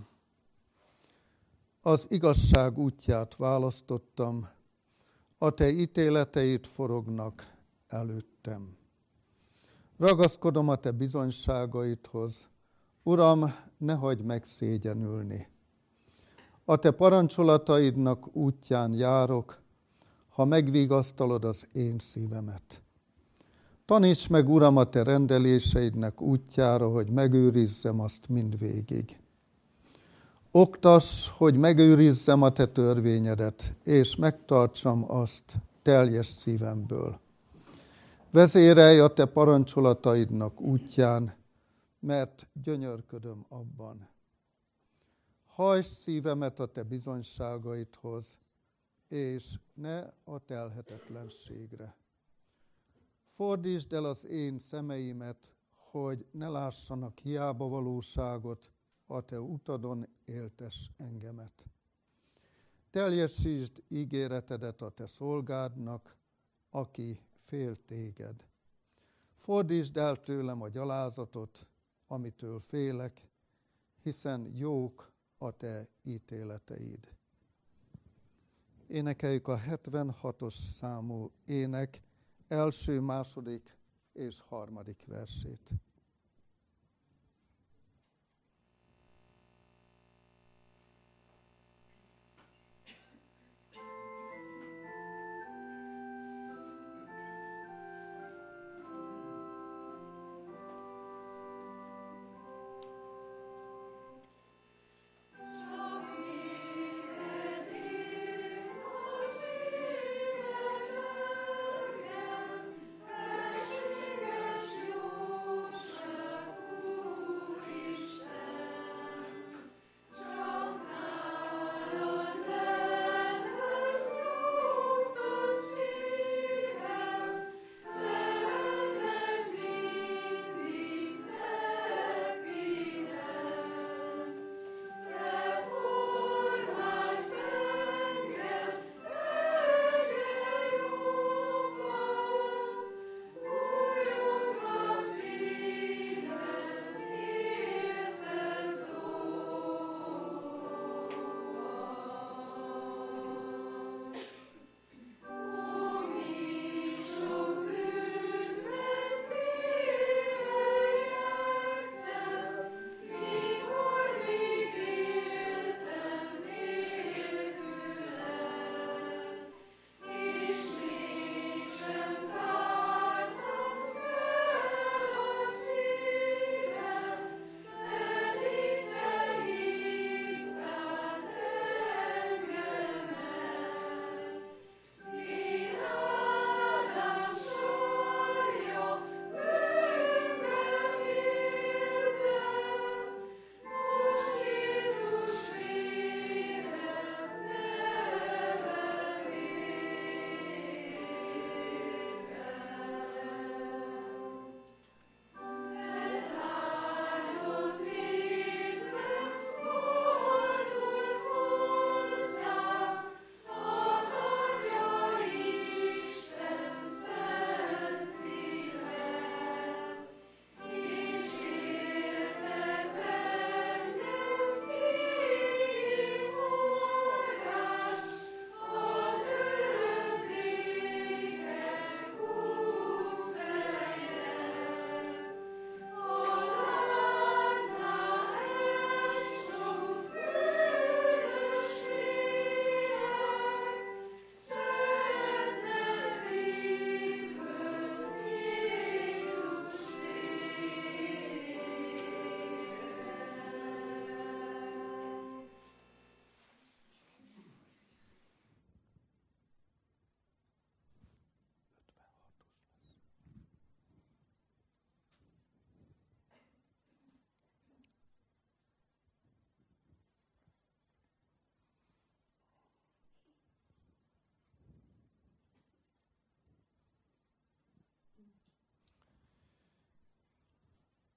Az igazság útját választottam, a te ítéleteid forognak előttem. Ragaszkodom a te bizonyságaidhoz, Uram, ne hagyj megszégyenülni. A te parancsolataidnak útján járok, ha megvigasztalod az én szívemet. Taníts meg, Uram, a te rendeléseidnek útjára, hogy megőrizzem azt mindvégig. Oktass, hogy megőrizzem a te törvényedet, és megtartsam azt teljes szívemből. Vezérelj a te parancsolataidnak útján, mert gyönyörködöm abban. Hajtsd szívemet a te bizonyságaidhoz, és ne a telhetetlenségre. Fordítsd el az én szemeimet, hogy ne lássanak hiába valóságot, a te utadon éltess engemet. Teljesítsd ígéretedet a te szolgádnak, aki fél téged. Fordítsd el tőlem a gyalázatot, amitől félek, hiszen jók a te ítéleteid. Énekeljük a hetvenhatos számú ének első, második és harmadik versét.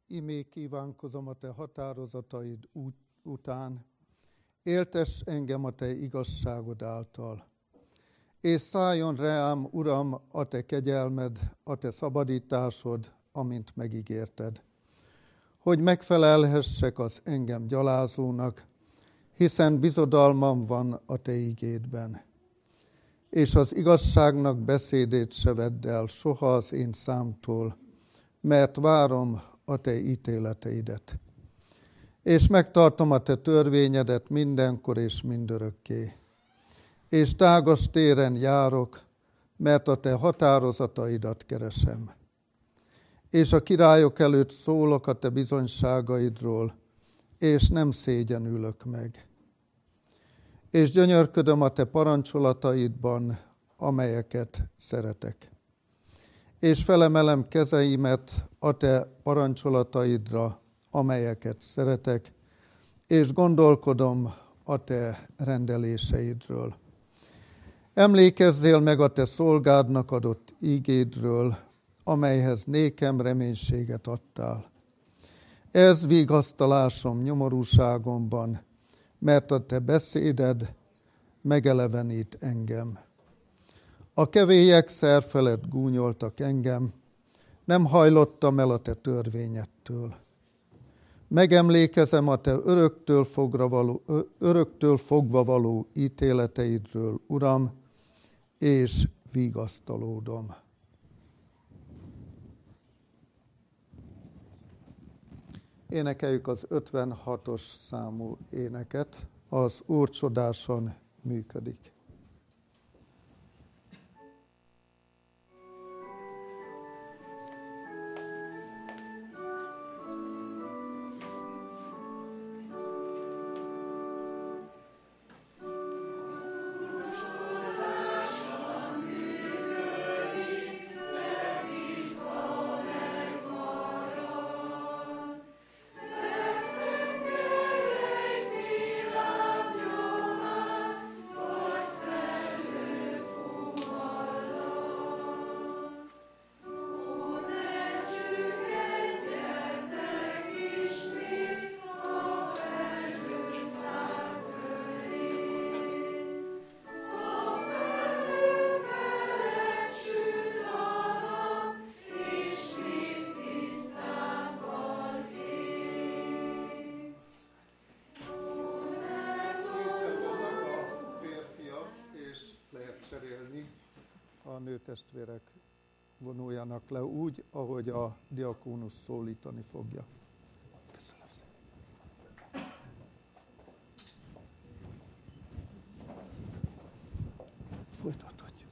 imé kívánkozom a te határozataid út, után, éltess engem a te igazságod által. És szálljon rám, Uram, a te kegyelmed, a te szabadításod, amint megígérted, hogy megfelelhessek az engem gyalázónak, hiszen bizodalmam van a te ígédben. És az igazságnak beszédét se vedd el soha az én számtól, mert várom a te ítéleteidet. És megtartom a te törvényedet mindenkor és mindörökké. És tágas téren járok, mert a te határozataidat keresem. És a királyok előtt szólok a te bizonyságaidról, és nem szégyenülök meg. És gyönyörködöm a te parancsolataidban, amelyeket szeretek. És felemelem kezeimet a te parancsolataidra, amelyeket szeretek, és gondolkodom a te rendeléseidről. Emlékezzél meg a te szolgádnak adott ígédről, amelyhez nékem reménységet adtál. Ez vigasztalásom nyomorúságomban, mert a te beszéded megelevenít engem. A kevélyek szer felett gúnyoltak engem, nem hajlottam el a te törvényettől. Megemlékezem a te öröktől, fogra való, öröktől fogva való ítéleteidről, Uram, és vigasztalódom. Énekeljük az ötvenhatos számú éneket, az Úr csodásan működik. A nőtestvérek vonuljanak le úgy, ahogy a diakónus szólítani fogja. Köszönöm. Folytathatjuk.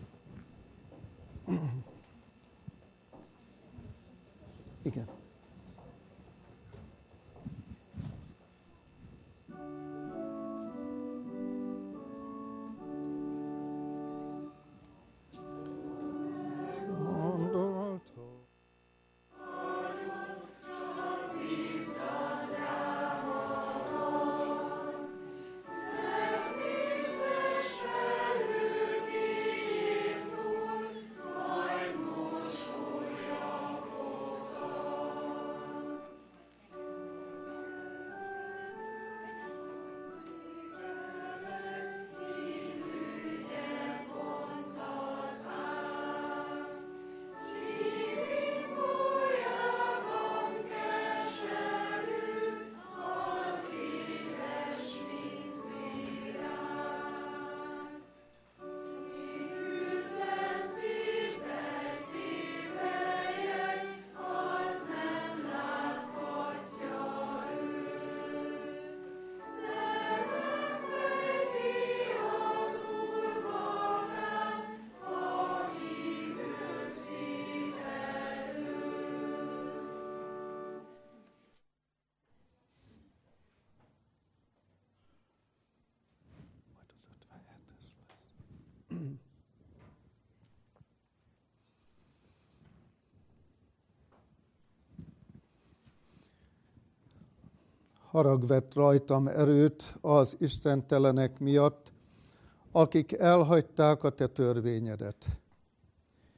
Igen. Harag vett rajtam erőt az istentelenek miatt, akik elhagyták a te törvényedet.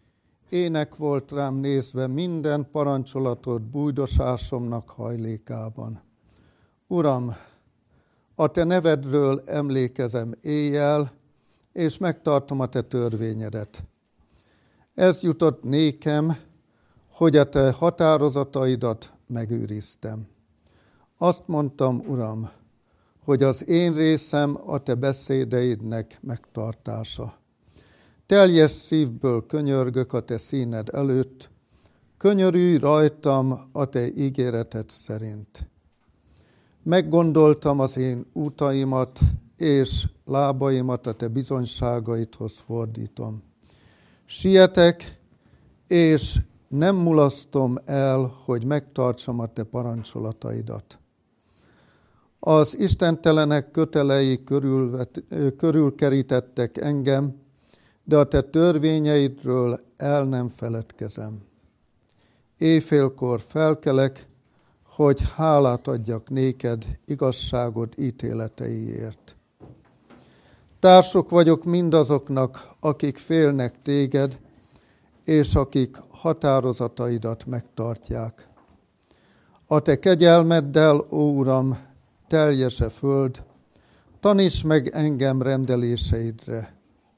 Ének volt rám nézve minden parancsolatot bújdosásomnak hajlékában. Uram, a te nevedről emlékezem éjjel, és megtartom a te törvényedet. Ez jutott nékem, hogy a te határozataidat megőriztem. Azt mondtam, Uram, hogy az én részem a te beszédeidnek megtartása. Teljes szívből könyörgök a te színed előtt, könyörülj rajtam a te ígéreted szerint. Meggondoltam az én útaimat, és lábaimat a te bizonyságaidhoz fordítom. Sietek, és nem mulasztom el, hogy megtartsam a te parancsolataidat. Az istentelenek kötelei körülvet, körülkerítettek engem, de a te törvényeidről el nem feledkezem. Éjfélkor felkelek, hogy hálát adjak néked igazságod ítéleteiért. Társok vagyok mindazoknak, akik félnek téged, és akik határozataidat megtartják. A te kegyelmeddel, ó Uram, teljes a föld, taníts meg engem rendeléseidre.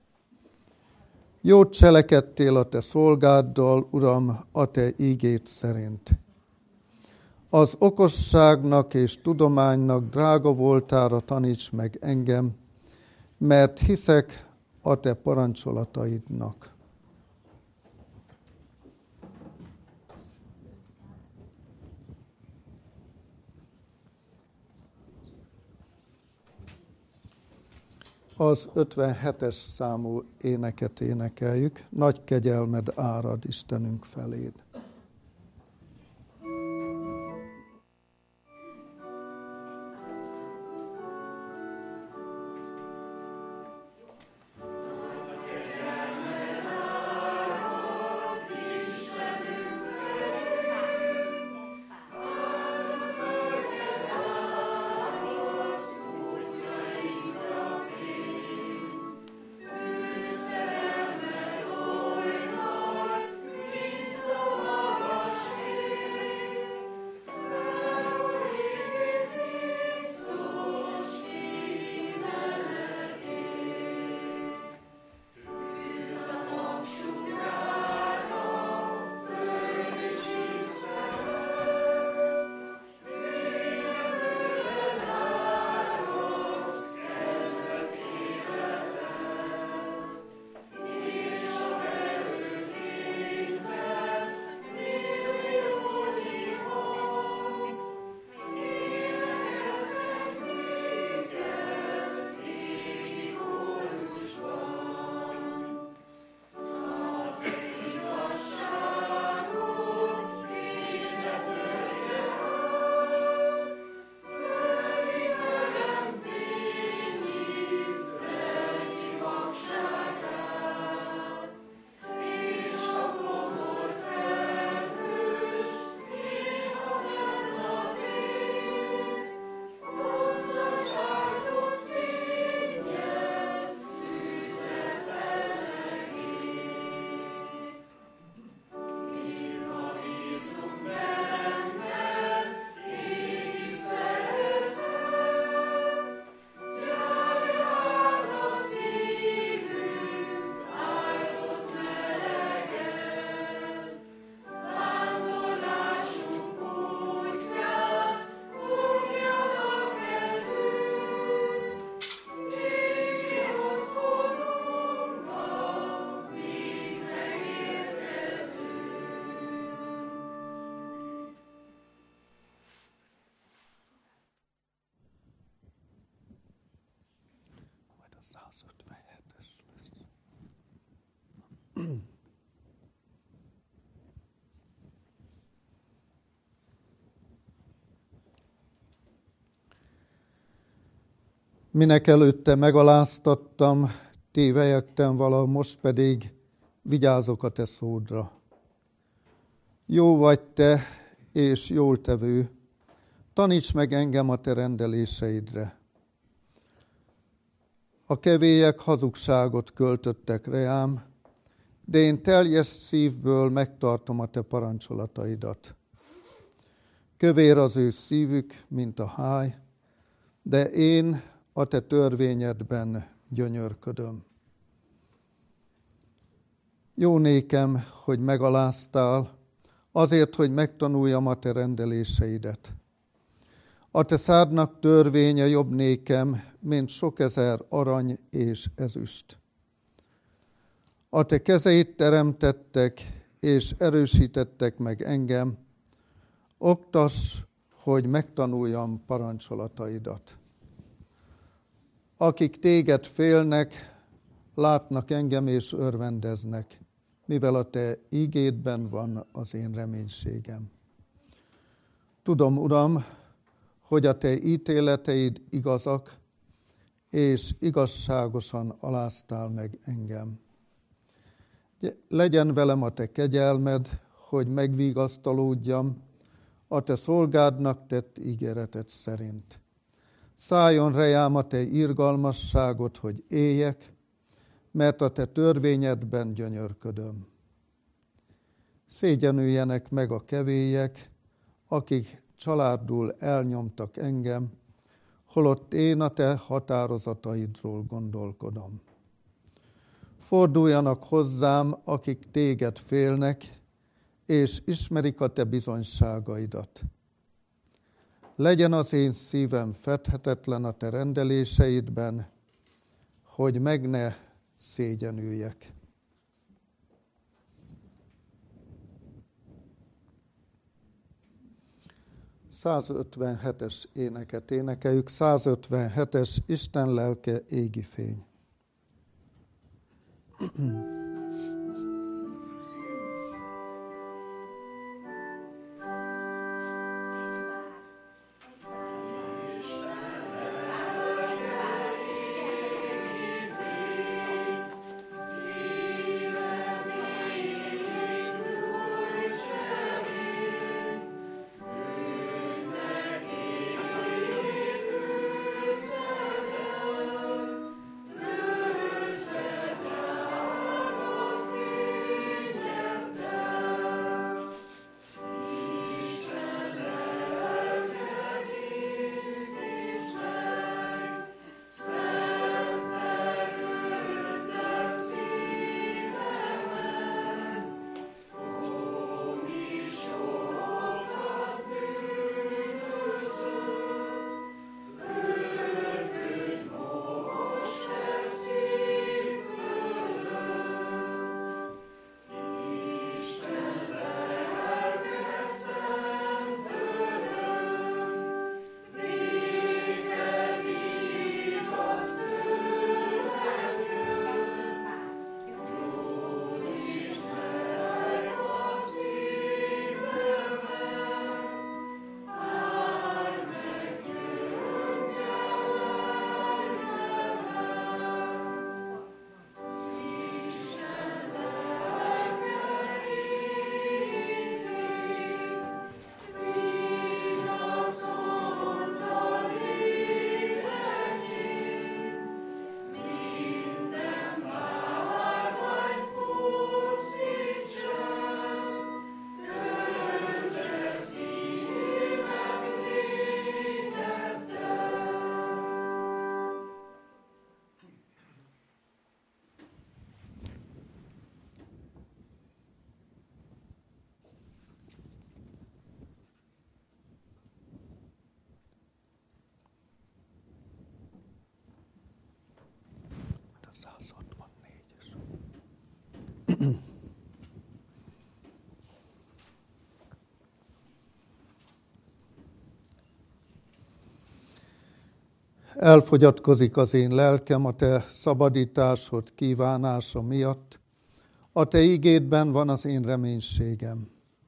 Jót cselekedtél a te szolgáddal, Uram, a te ígéd szerint. Az okosságnak és tudománynak drága voltára taníts meg engem, mert hiszek a te parancsolataidnak. Az ötvenhetes számú éneket énekeljük. Nagy kegyelmed árad Istenünk feléd. Minek előtte megaláztattam, tévelyegtem vala, most pedig vigyázok a te szódra. Jó vagy te, és jól tevő, taníts meg engem a te rendeléseidre. A kevélyek hazugságot költöttek reám, de én teljes szívből megtartom a te parancsolataidat. Kövér az ő szívük, mint a háj, de én a te törvényedben gyönyörködöm. Jó nékem, hogy megaláztál, azért, hogy megtanuljam a te rendeléseidet. A te szádnak törvénye jobb nékem, mint sok ezer arany és ezüst. A te kezeit teremtettek, és erősítettek meg engem, oktass, hogy megtanuljam parancsolataidat. Akik téged félnek, látnak engem és örvendeznek, mivel a te ígédben van az én reménységem. Tudom, Uram, hogy a te ítéleteid igazak, és igazságosan aláztál meg engem. Legyen velem a te kegyelmed, hogy megvigasztalódjam a te szolgádnak tett ígéreted szerint. Szálljon rejám a te irgalmasságot, hogy éljek, mert a te törvényedben gyönyörködöm. Szégyenüljenek meg a kevélyek, akik családul elnyomtak engem, holott én a te határozataidról gondolkodom. Forduljanak hozzám, akik téged félnek, és ismerik a te bizonyságaidat. Legyen az én szívem fedhetetlen a te rendeléseidben, hogy meg ne szégyenüljek. százötvenhetes éneket énekeljük, százötvenhetes Isten lelke égi fény. Elfogyatkozik az én lelkem a te szabadításod kívánása miatt, a te igédben van az én reménységem.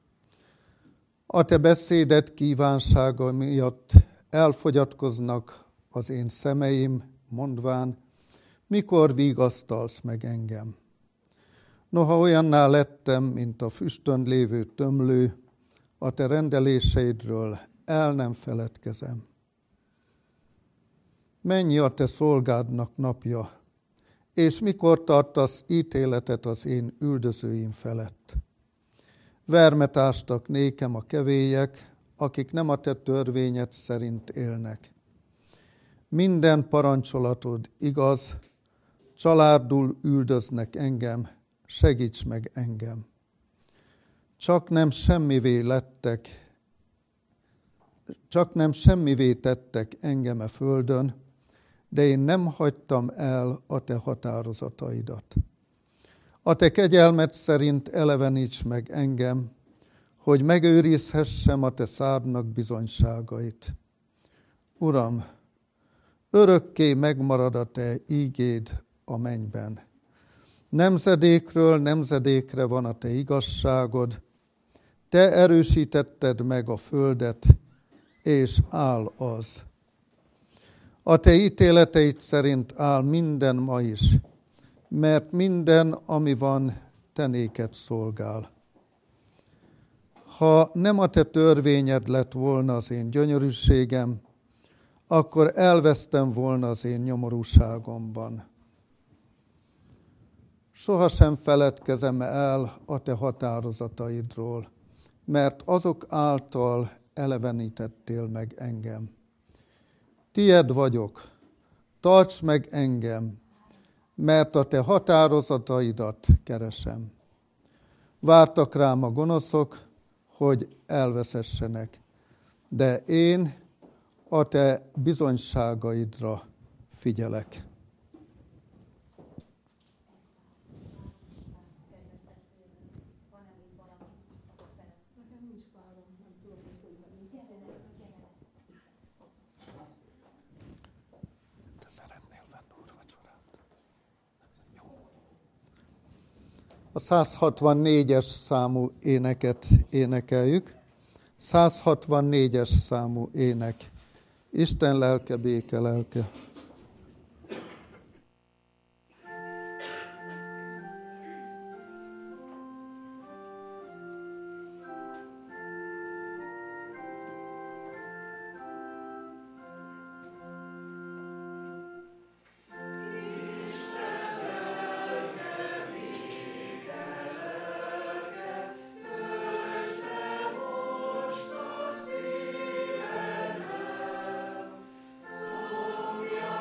A te beszéded kívánsága miatt elfogyatkoznak az én szemeim, mondván, mikor vigasztalsz meg engem. Noha olyanná lettem, mint a füstön lévő tömlő, a te rendeléseidről el nem feledkezem. Mennyi a te szolgádnak napja, és mikor tartasz ítéletet az én üldözőim felett. Vermet ástak nékem a kevélyek, akik nem a te törvényed szerint élnek. Minden parancsolatod igaz, csalárdul üldöznek engem, segíts meg engem. Csak nem semmivé lettek, csak nem semmivé tettek engem a földön, de én nem hagytam el a te határozataidat. A te kegyelmed szerint eleveníts meg engem, hogy megőrizhessem a te szádnak bizonyságait. Uram, örökké megmarad a te ígéd a mennyben. Nemzedékről nemzedékre van a te igazságod, te erősítetted meg a földet, és áll az. A te ítéleteid szerint áll minden ma is, mert minden, ami van, te néked szolgál. Ha nem a te törvényed lett volna az én gyönyörűségem, akkor elvesztem volna az én nyomorúságomban. Sohasem feledkezem el a te határozataidról, mert azok által elevenítettél meg engem. Tied vagyok, tarts meg engem, mert a te határozataidat keresem. Vártak rám a gonoszok, hogy elveszessenek, de én a te bizonyságaidra figyelek. A száz hatvannégyes számú éneket énekeljük. száz hatvannégyes számú ének. Isten lelke, béke lelke. Yeah.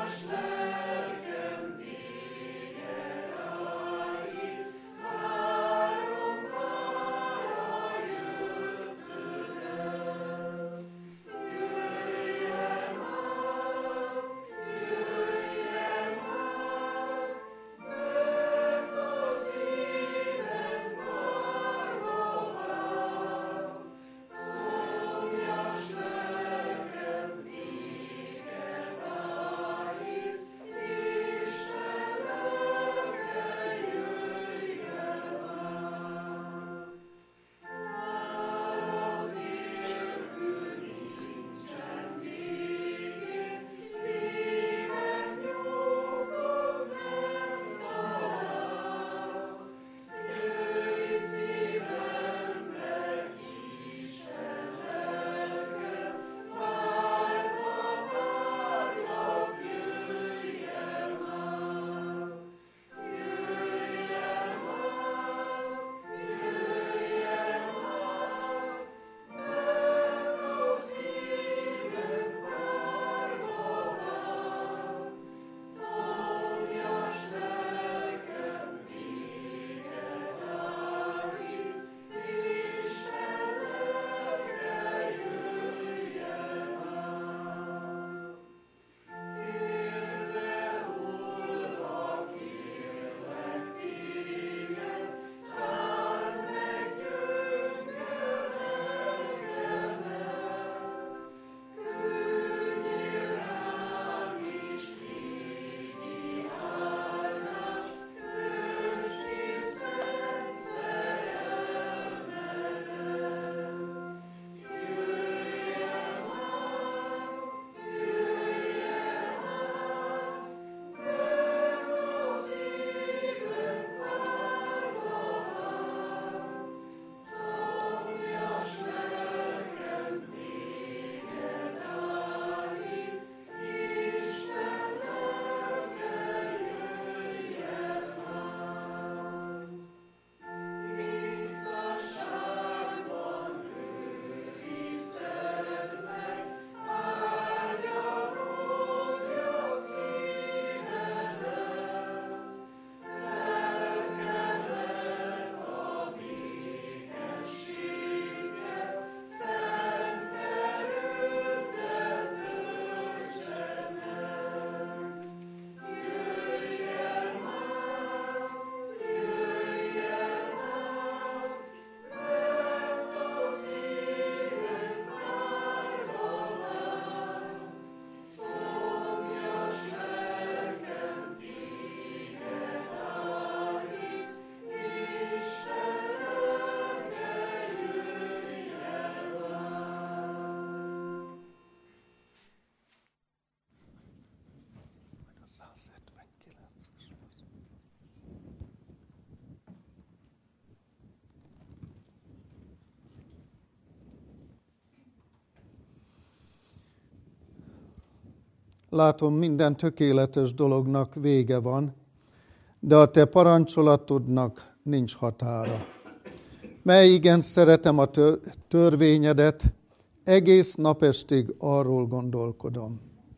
látom, minden tökéletes dolognak vége van, de a te parancsolatodnak nincs határa. Mely igen szeretem a törvényedet, egész napestig arról gondolkodom.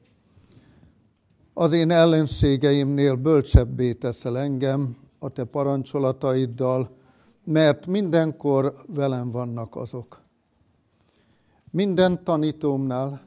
Az én ellenségeimnél bölcsebbé teszel engem a te parancsolataiddal, mert mindenkor velem vannak azok. Minden tanítómnál,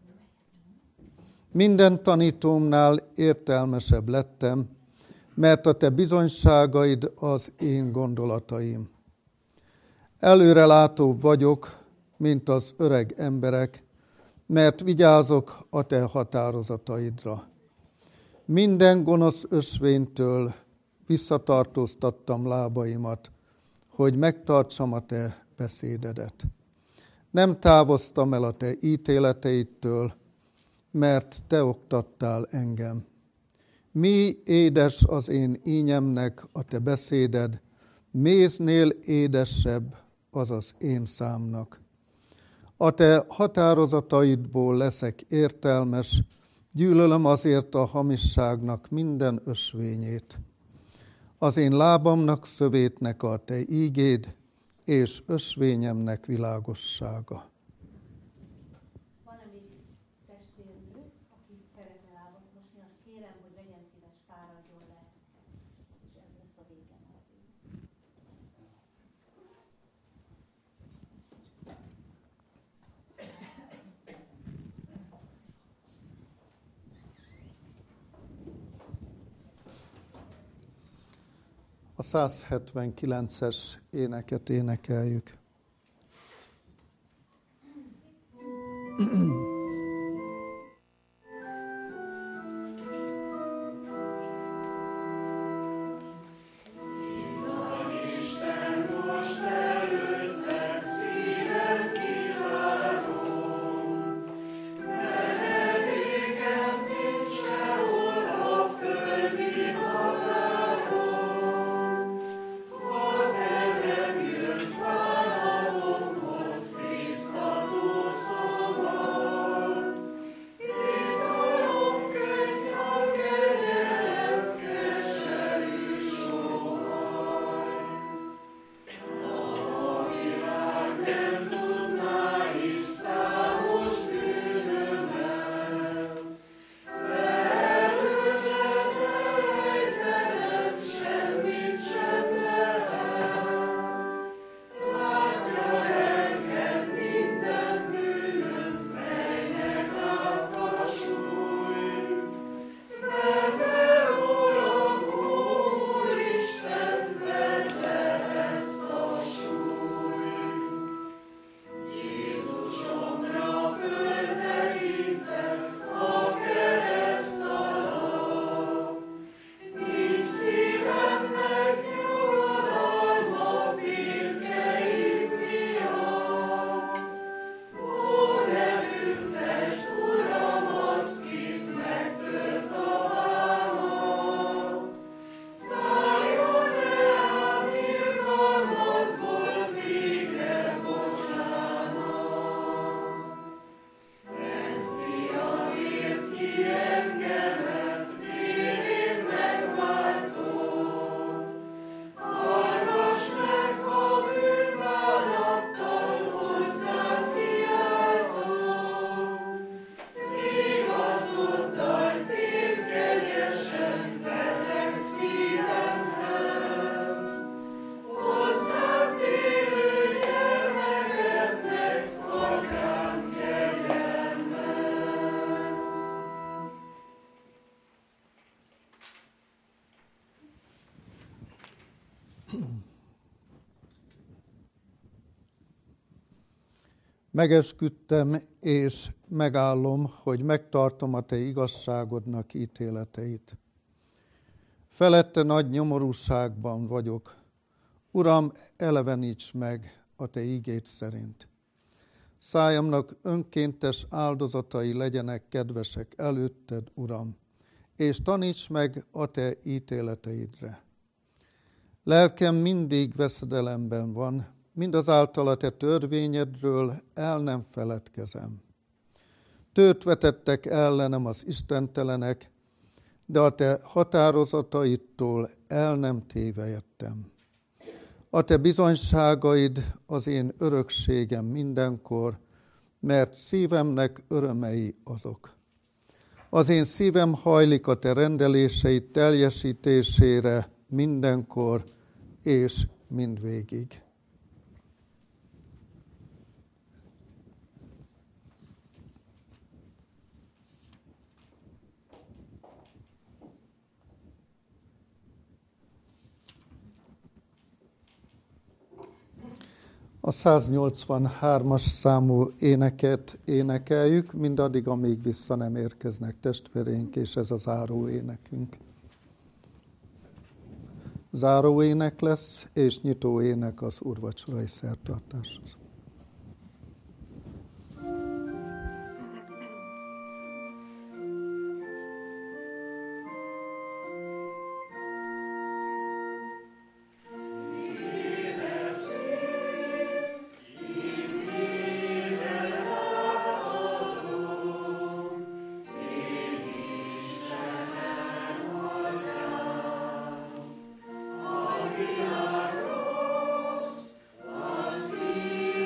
minden tanítómnál értelmesebb lettem, mert a te bizonyságaid az én gondolataim. Előrelátóbb vagyok, mint az öreg emberek, mert vigyázok a te határozataidra. Minden gonosz ösvénytől visszatartóztattam lábaimat, hogy megtartsam a te beszédedet. Nem távoztam el a te ítéleteidtől, mert te oktattál engem. Mi édes az én ínyemnek a te beszéded, méznél édesebb az az én számnak. A te határozataidból leszek értelmes, gyűlölöm azért a hamisságnak minden ösvényét. Az én lábamnak szövétnek a te ígéd, és ösvényemnek világossága. Van még testvérnő, aki szeretne lábat mosni, azt kérem, hogy legyen szíves, fáradjon le, és ez lesz a vége. A száz hetvenkilences éneket énekeljük. Megesküdtem és megállom, hogy megtartom a te igazságodnak ítéleteit. Felette nagy nyomorúságban vagyok. Uram, eleveníts meg a te ígéd szerint. Szájamnak önkéntes áldozatai legyenek kedvesek előtted, Uram, és taníts meg a te ítéleteidre. Lelkem mindig veszedelemben van, mindazáltal a te törvényedről el nem feledkezem. Tőt vetettek ellenem az istentelenek, de a te határozataidtól el nem tévejettem. A te bizonyságaid az én örökségem mindenkor, mert szívemnek örömei azok. Az én szívem hajlik a te rendeléseid teljesítésére mindenkor és mindvégig. A száznyolcvanhármas számú éneket énekeljük, mindaddig, amíg vissza nem érkeznek testvéreink, és ez a záró énekünk. Záró ének lesz, és nyitó ének az úrvacsorai szertartáshoz. Amen.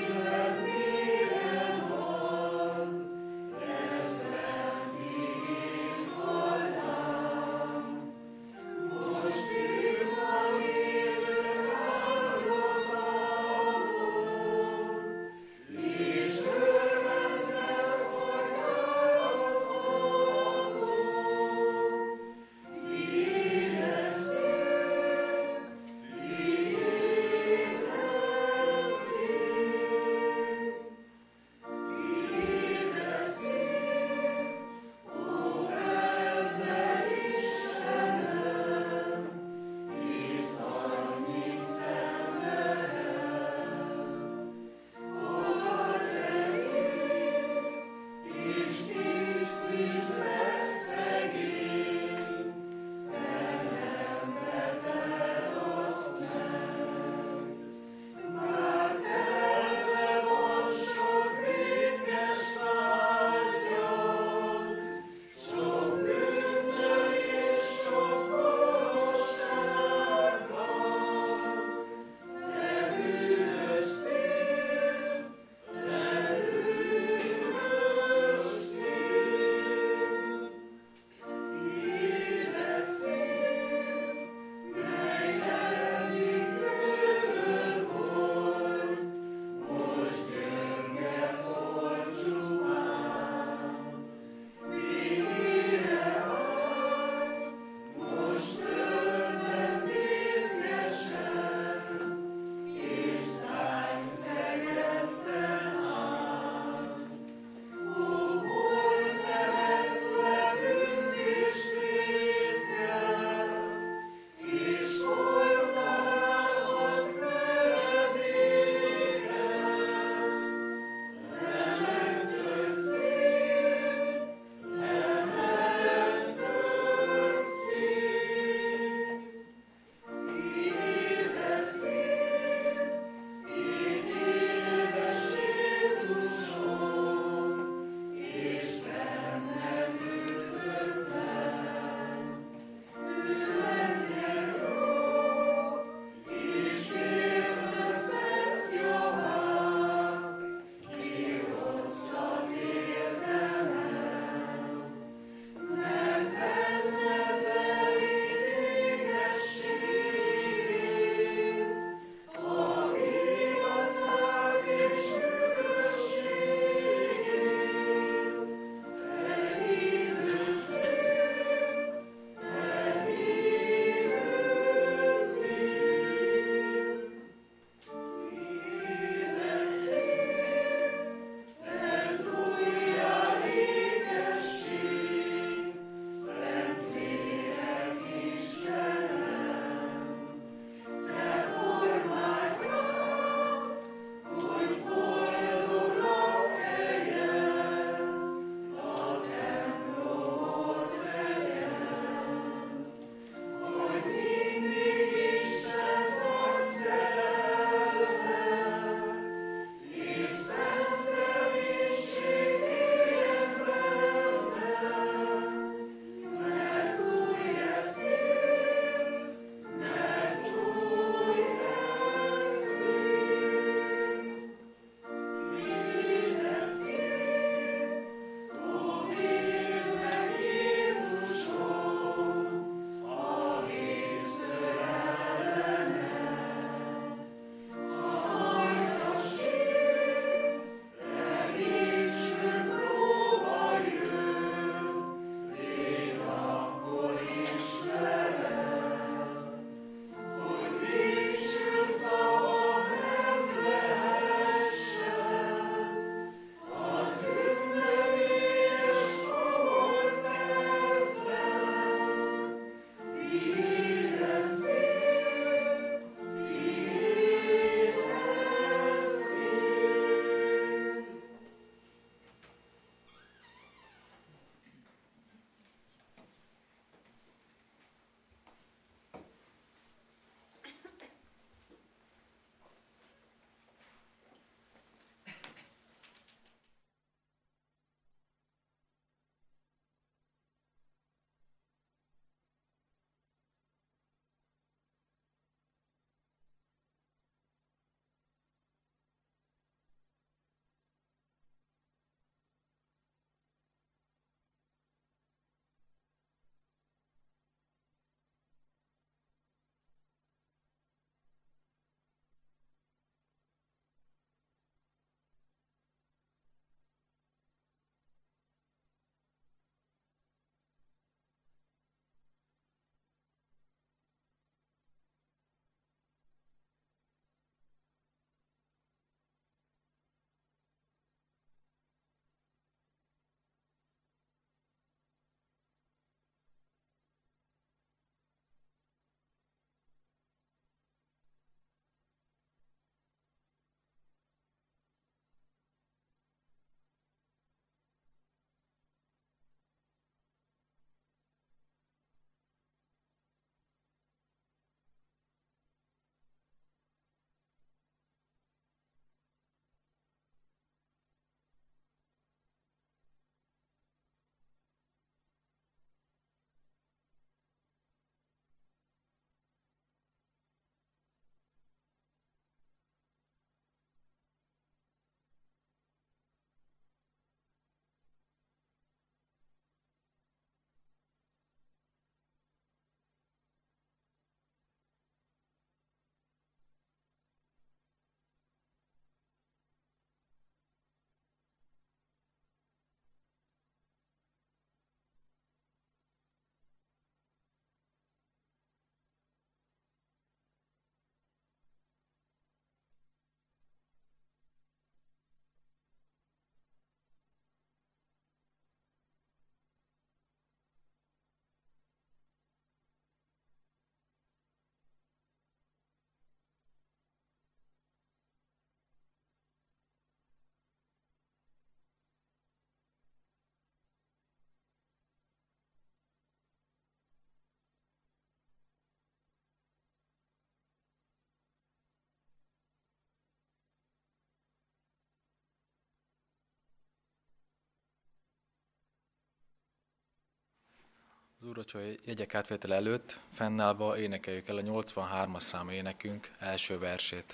úrvacsora jegyek átvétele előtt fennállva énekeljük el a nyolcvanhármas számú énekünk első versét.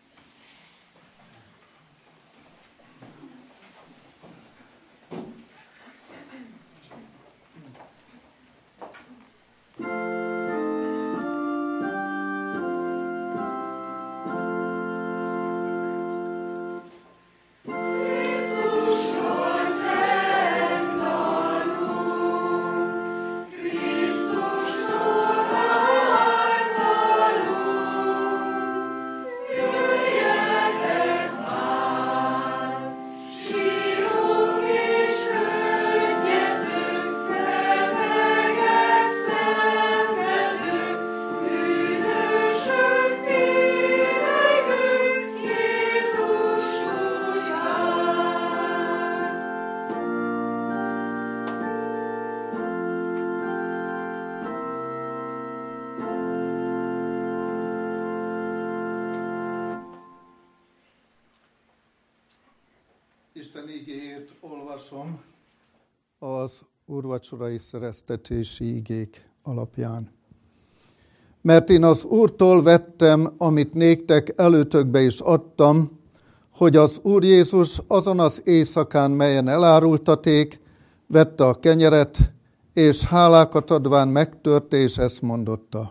Isten igéjét olvasom az úrvacsorai szereztetési igék alapján. Mert én az Úrtól vettem, amit néktek előtökbe is adtam, hogy az Úr Jézus azon az éjszakán, melyen elárultaték, vette a kenyeret, és hálákat adván megtörte, és ezt mondotta.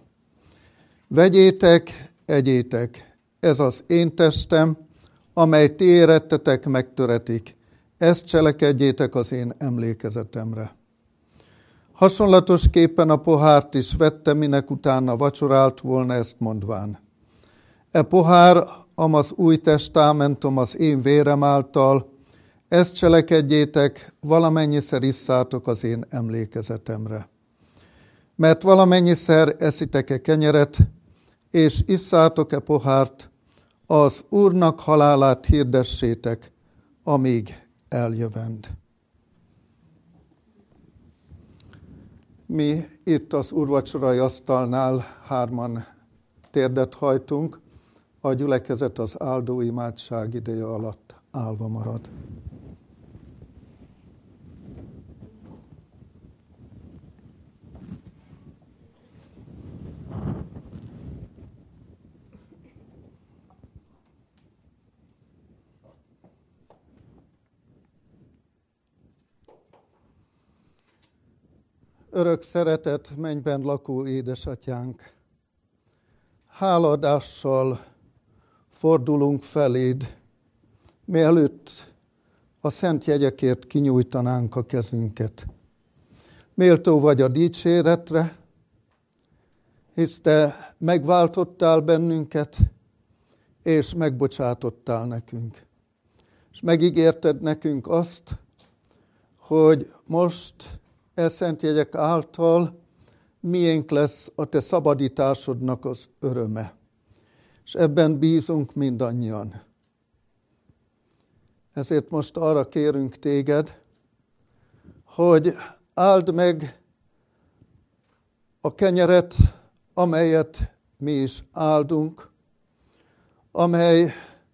Vegyétek, egyétek, ez az én testem, amely ti érettetek, megtöretik. Ezt cselekedjétek az én emlékezetemre. Hasonlatosképpen a pohárt is vette, minek utána vacsorált volna, ezt mondván. E pohár, amaz új testamentum az én vérem által, ezt cselekedjétek, valamennyiszer isszátok az én emlékezetemre. Mert valamennyiszer eszitek-e kenyeret, és isszátok-e pohárt, az Úrnak halálát hirdessétek, amíg eljövend. Mi itt az úrvacsorai asztalnál hárman térdet hajtunk, a gyülekezet az áldó imádság ideje alatt állva marad. Örök szeretet, mennyben lakó édesatyánk, hálaadással fordulunk feléd, mielőtt a szent jegyekért kinyújtanánk a kezünket. Méltó vagy a dicséretre, hisz te megváltottál bennünket, és megbocsátottál nekünk. És megígérted nekünk azt, hogy most e szent jegyek által miénk lesz a te szabadításodnak az öröme. És ebben bízunk mindannyian. Ezért most arra kérünk téged, hogy áld meg a kenyeret, amelyet mi is áldunk, amely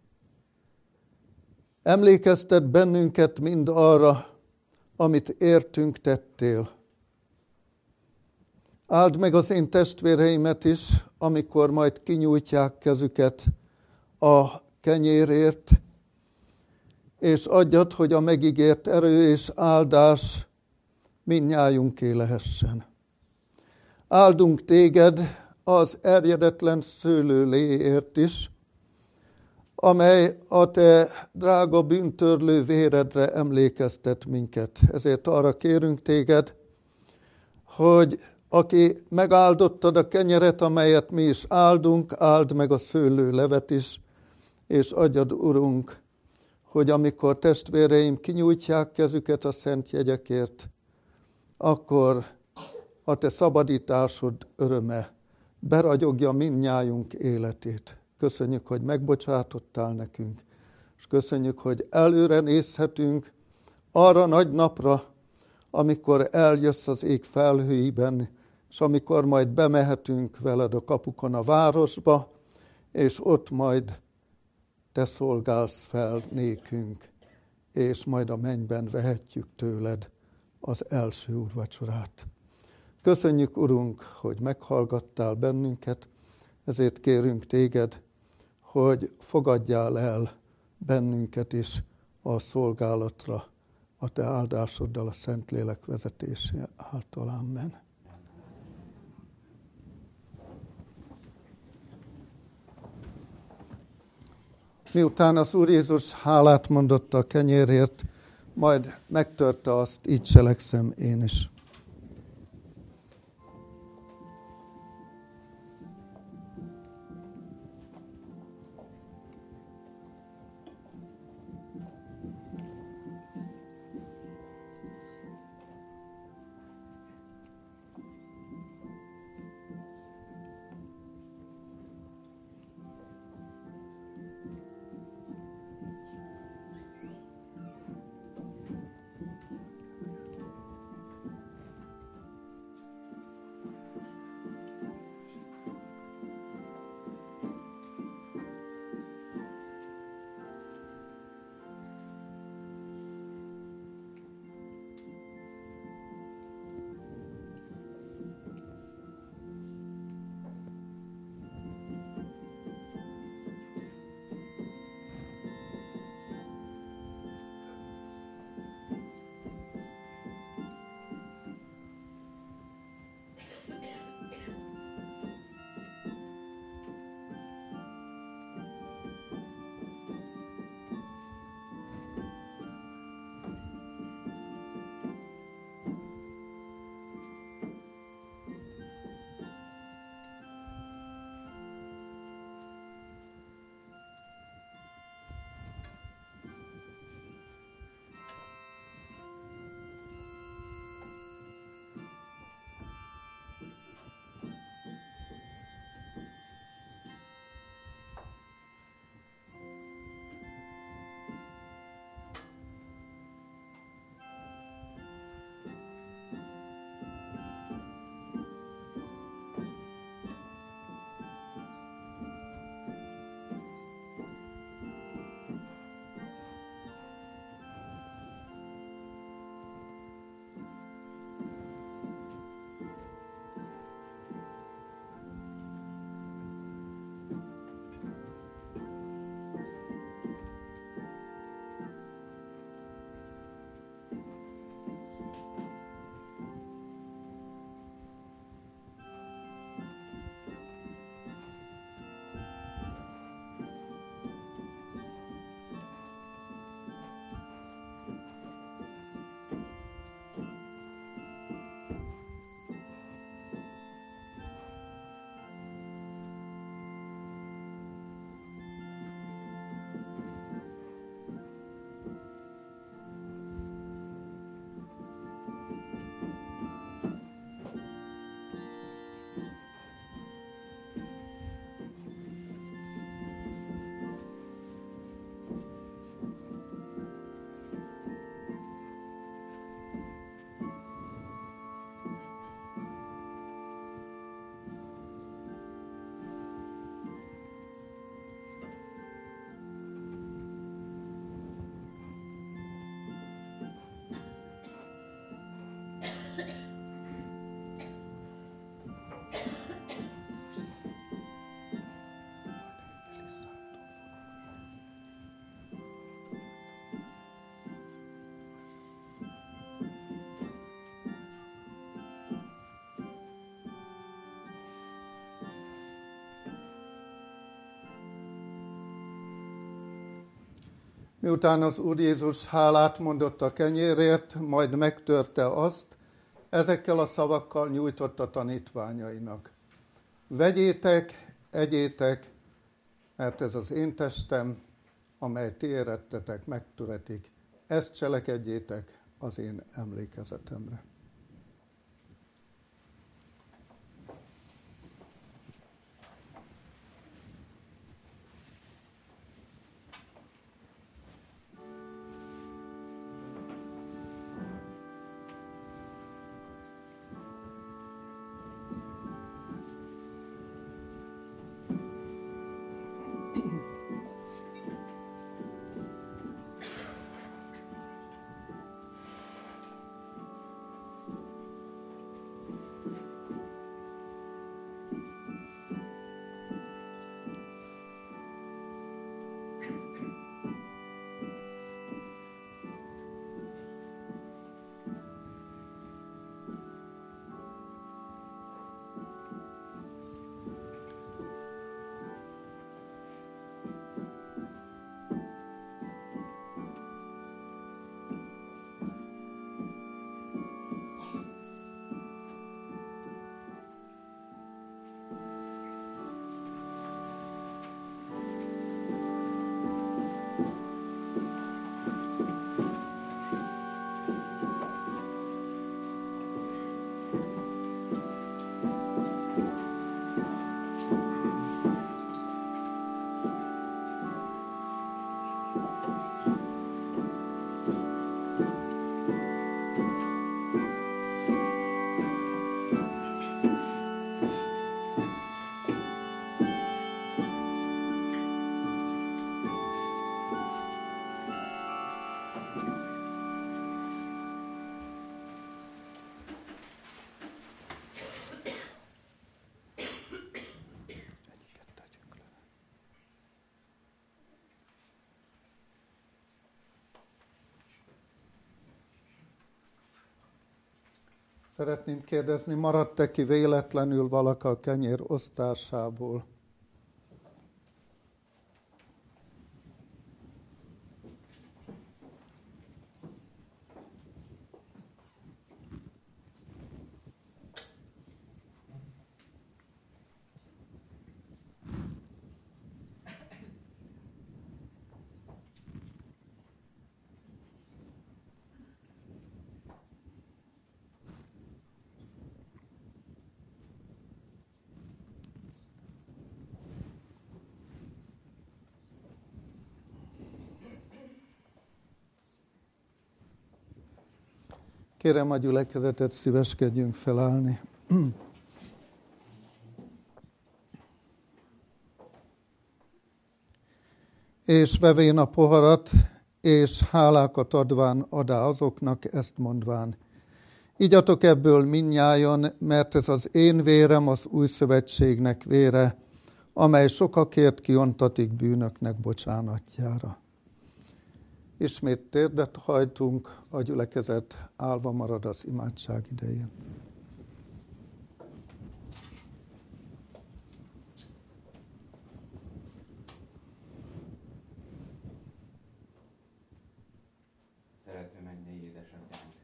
emlékeztet bennünket mind arra, amit értünk tettél. Áld meg az én testvéreimet is, amikor majd kinyújtják kezüket a kenyérért, és adjad, hogy a megígért erő és áldás mindnyájunké lehessen. Áldunk téged az erjedetlen szőlőléért is, amely a te drága bűntörlő véredre emlékeztet minket. Ezért arra kérünk téged, hogy aki megáldottad a kenyeret, amelyet mi is áldunk, áld meg a szőlő levet is, és adjad, Urunk, hogy amikor testvéreim kinyújtják kezüket a szent jegyekért, akkor a te szabadításod öröme beragyogja mindnyájunk életét. Köszönjük, hogy megbocsátottál nekünk, és köszönjük, hogy előre nézhetünk arra nagy napra, amikor eljössz az ég felhőiben, és amikor majd bemehetünk veled a kapukon a városba, és ott majd te szolgálsz fel nékünk, és majd a mennyben vehetjük tőled az első úrvacsorát. Köszönjük, Urunk, hogy meghallgattál bennünket, ezért kérünk téged, hogy fogadjál el bennünket is a szolgálatra, a te áldásoddal, a Szentlélek vezetése által. Amen. Miután az Úr Jézus hálát mondott a kenyérért, majd megtörte azt, így cselekszem én is. Miután az Úr Jézus hálát mondott a kenyérért, majd megtörte azt, ezekkel a szavakkal nyújtott a tanítványainak. Vegyétek, egyétek, mert ez az én testem, amely ti érettetek, megtöretik. Ezt cselekedjétek az én emlékezetemre. Szeretném kérdezni, maradt-e ki véletlenül valaki a kenyér osztásából? Kérem a gyülekezetet, szíveskedjünk felállni. És vevén a poharat, és hálákat adván adá azoknak, ezt mondván. Igyatok ebből mindnyájan, mert ez az én vérem az új szövetségnek vére, amely sokakért kiontatik bűnöknek bocsánatjára. Ismét térdet hajtunk, a gyülekezet állva marad az imádság idején. Szerető mennyei édesatyánk,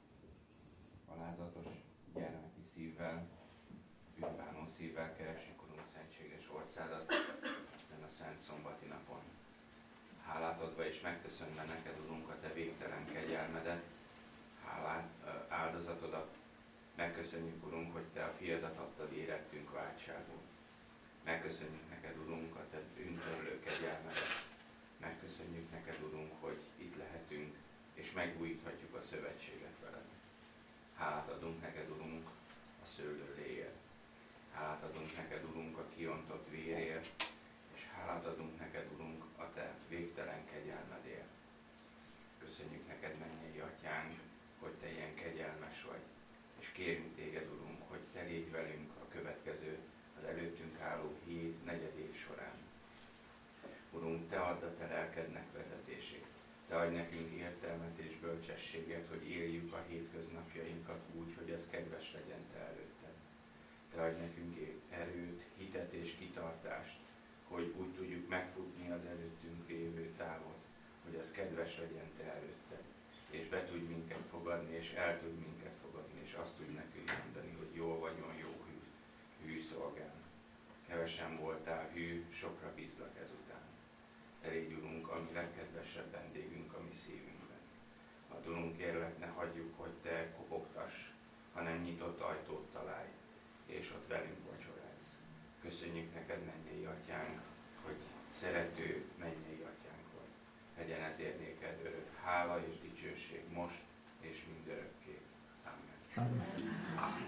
alázatos gyermeki szívvel, bűnbánó szívvel keressük, Urunk, szentséges orcádat ezen a szent szombati napon. Hálát adva és megköszönve neked, Urunk, a te végtelen kegyelmedet, hálát, áldozatodat. Megköszönjük, Urunk, hogy te a fiadat adtad érettünk váltságul. Megköszönjük neked, Urunk, a te bűntörlő kegyelmedet. Megköszönjük neked, Urunk, hogy itt lehetünk, és megújíthatjuk a szövetséget veled. Hálát adunk neked, Urunk, a szőlőléért. Hálát adunk neked, Urunk, a kiontott vérért, és hálát adunk neked, Urunk, a te végtelen kegyelmedért. Köszönjük neked, mennyei atyánk, hogy te ilyen kegyelmes vagy, és kérünk téged, Urunk, hogy te légy velünk a következő, az előttünk álló hét, negyed év során. Urunk, te add a te lelkednek vezetését. Te adj nekünk értelmet és bölcsességet, hogy éljük a hétköznapjainkat úgy, hogy ez kedves legyen te előtted. Te adj nekünk erőt, hitet és kitartást, hogy úgy tudjuk megfutni az előttünk lévő távot, hogy ez kedves legyen te előtted, és be tudj minket fogadni, és el tudj minket fogadni, és azt tudj nekünk mondani, hogy jó vagyon, jó hű, hű szolgál. Kevesen voltál hű, sokra bízlak ezután. Te légy, Urunk, a mi legkedvesebb vendégünk a mi szívünkben. A Urunk, kérlek, ne hagyjuk, hogy te kopogtass, hanem nyitott ajtót találj, és ott velünk vacsorázz. Köszönjük neked, mennyei atyánk, hogy szerető mennyei atyánk vagy. Legyen ezért néked örök hála és dicsőség most és mindörökké. Amen. Amen. Amen.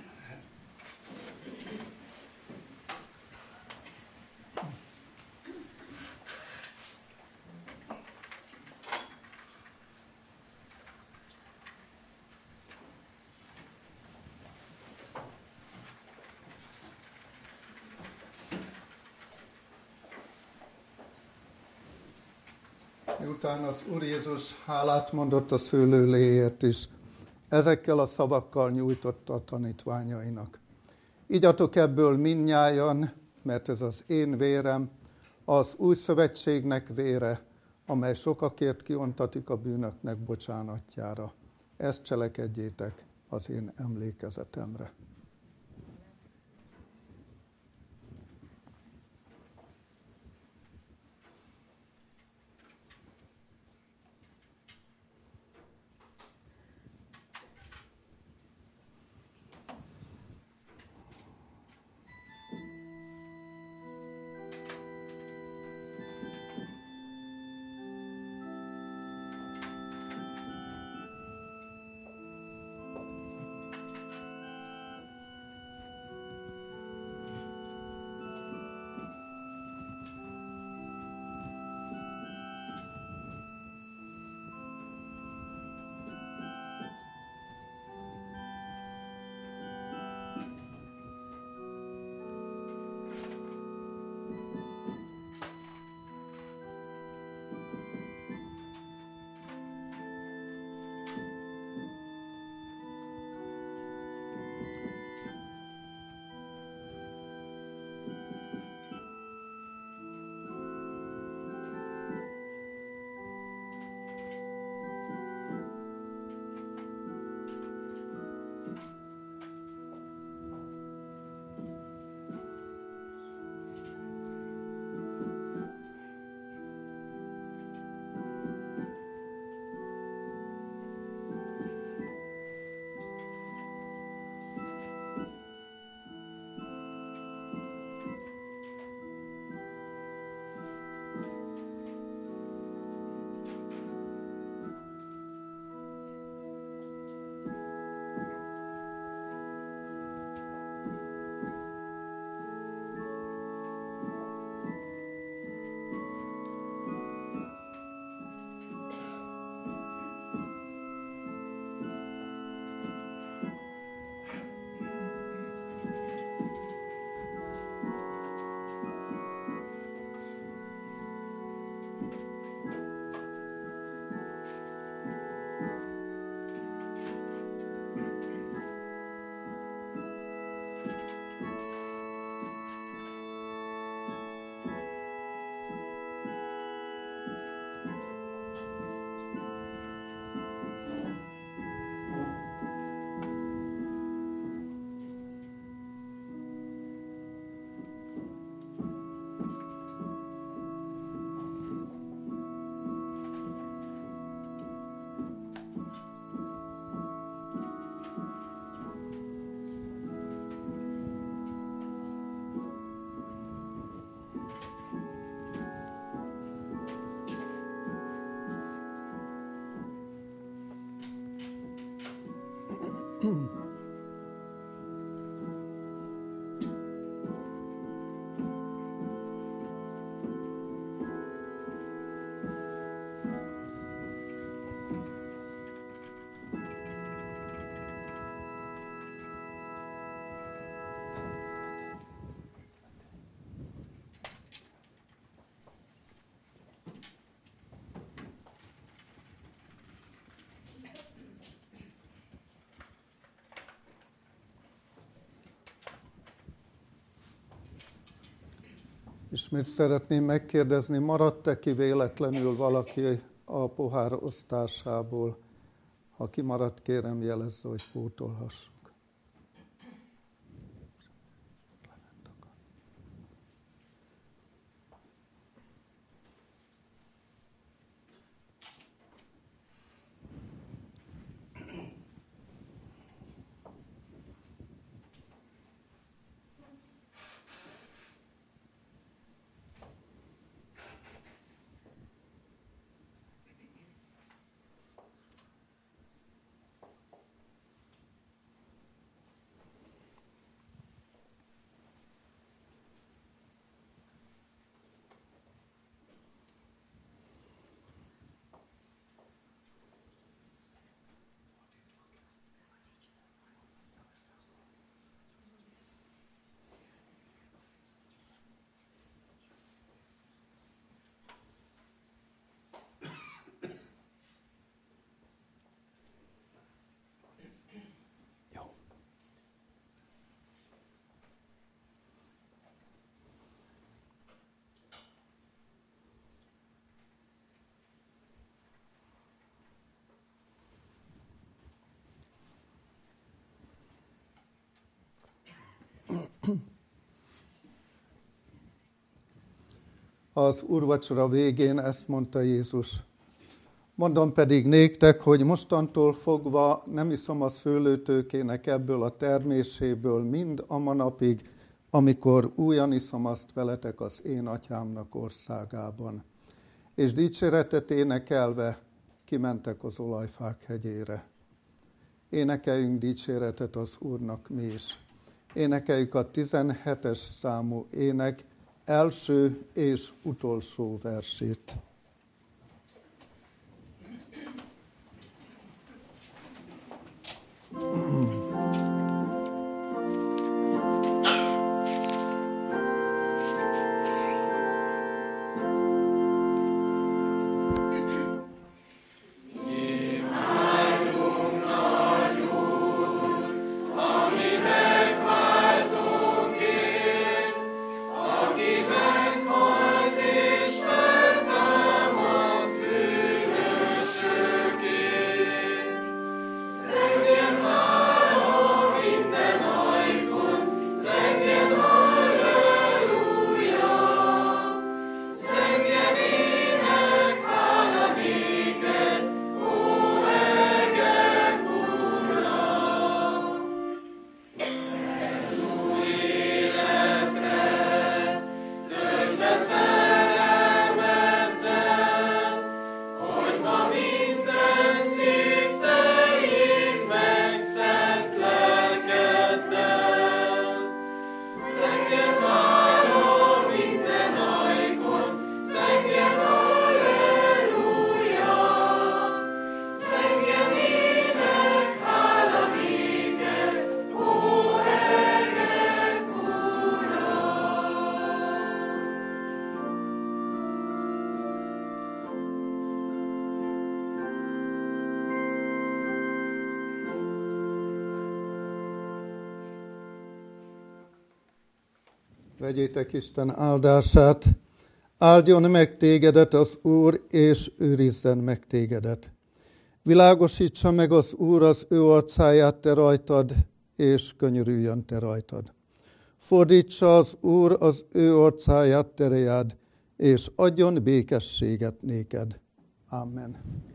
Miután az Úr Jézus hálát mondott a szőlőléért is, ezekkel a szavakkal nyújtotta a tanítványainak. Igyatok ebből mindnyájan, mert ez az én vérem, az új szövetségnek vére, amely sokakért kiontatik a bűnöknek bocsánatjára. Ezt cselekedjétek az én emlékezetemre. Ismét szeretném megkérdezni, maradt-e ki véletlenül valaki a pohár osztásából? Ha kimaradt, kérem jelezze, hogy pótolhassuk. Az úrvacsora végén ezt mondta Jézus. Mondom pedig néktek, hogy mostantól fogva nem iszom a szőlőtőkének ebből a terméséből mind a manapig, amikor újan iszom azt veletek az én atyámnak országában. És dicséretet énekelve kimentek az olajfák hegyére. Énekeljünk dicséretet az Úrnak mi is. Énekeljük a tizenhetes számú ének első és utolsó versét. Vegyétek Isten áldását, áldjon meg tégedet az Úr, és őrizzen meg tégedet. Világosítsa meg az Úr az ő arcáját te rajtad, és könyörüljön te rajtad. Fordítsa az Úr az ő arcáját te reád, és adjon békességet néked. Amen.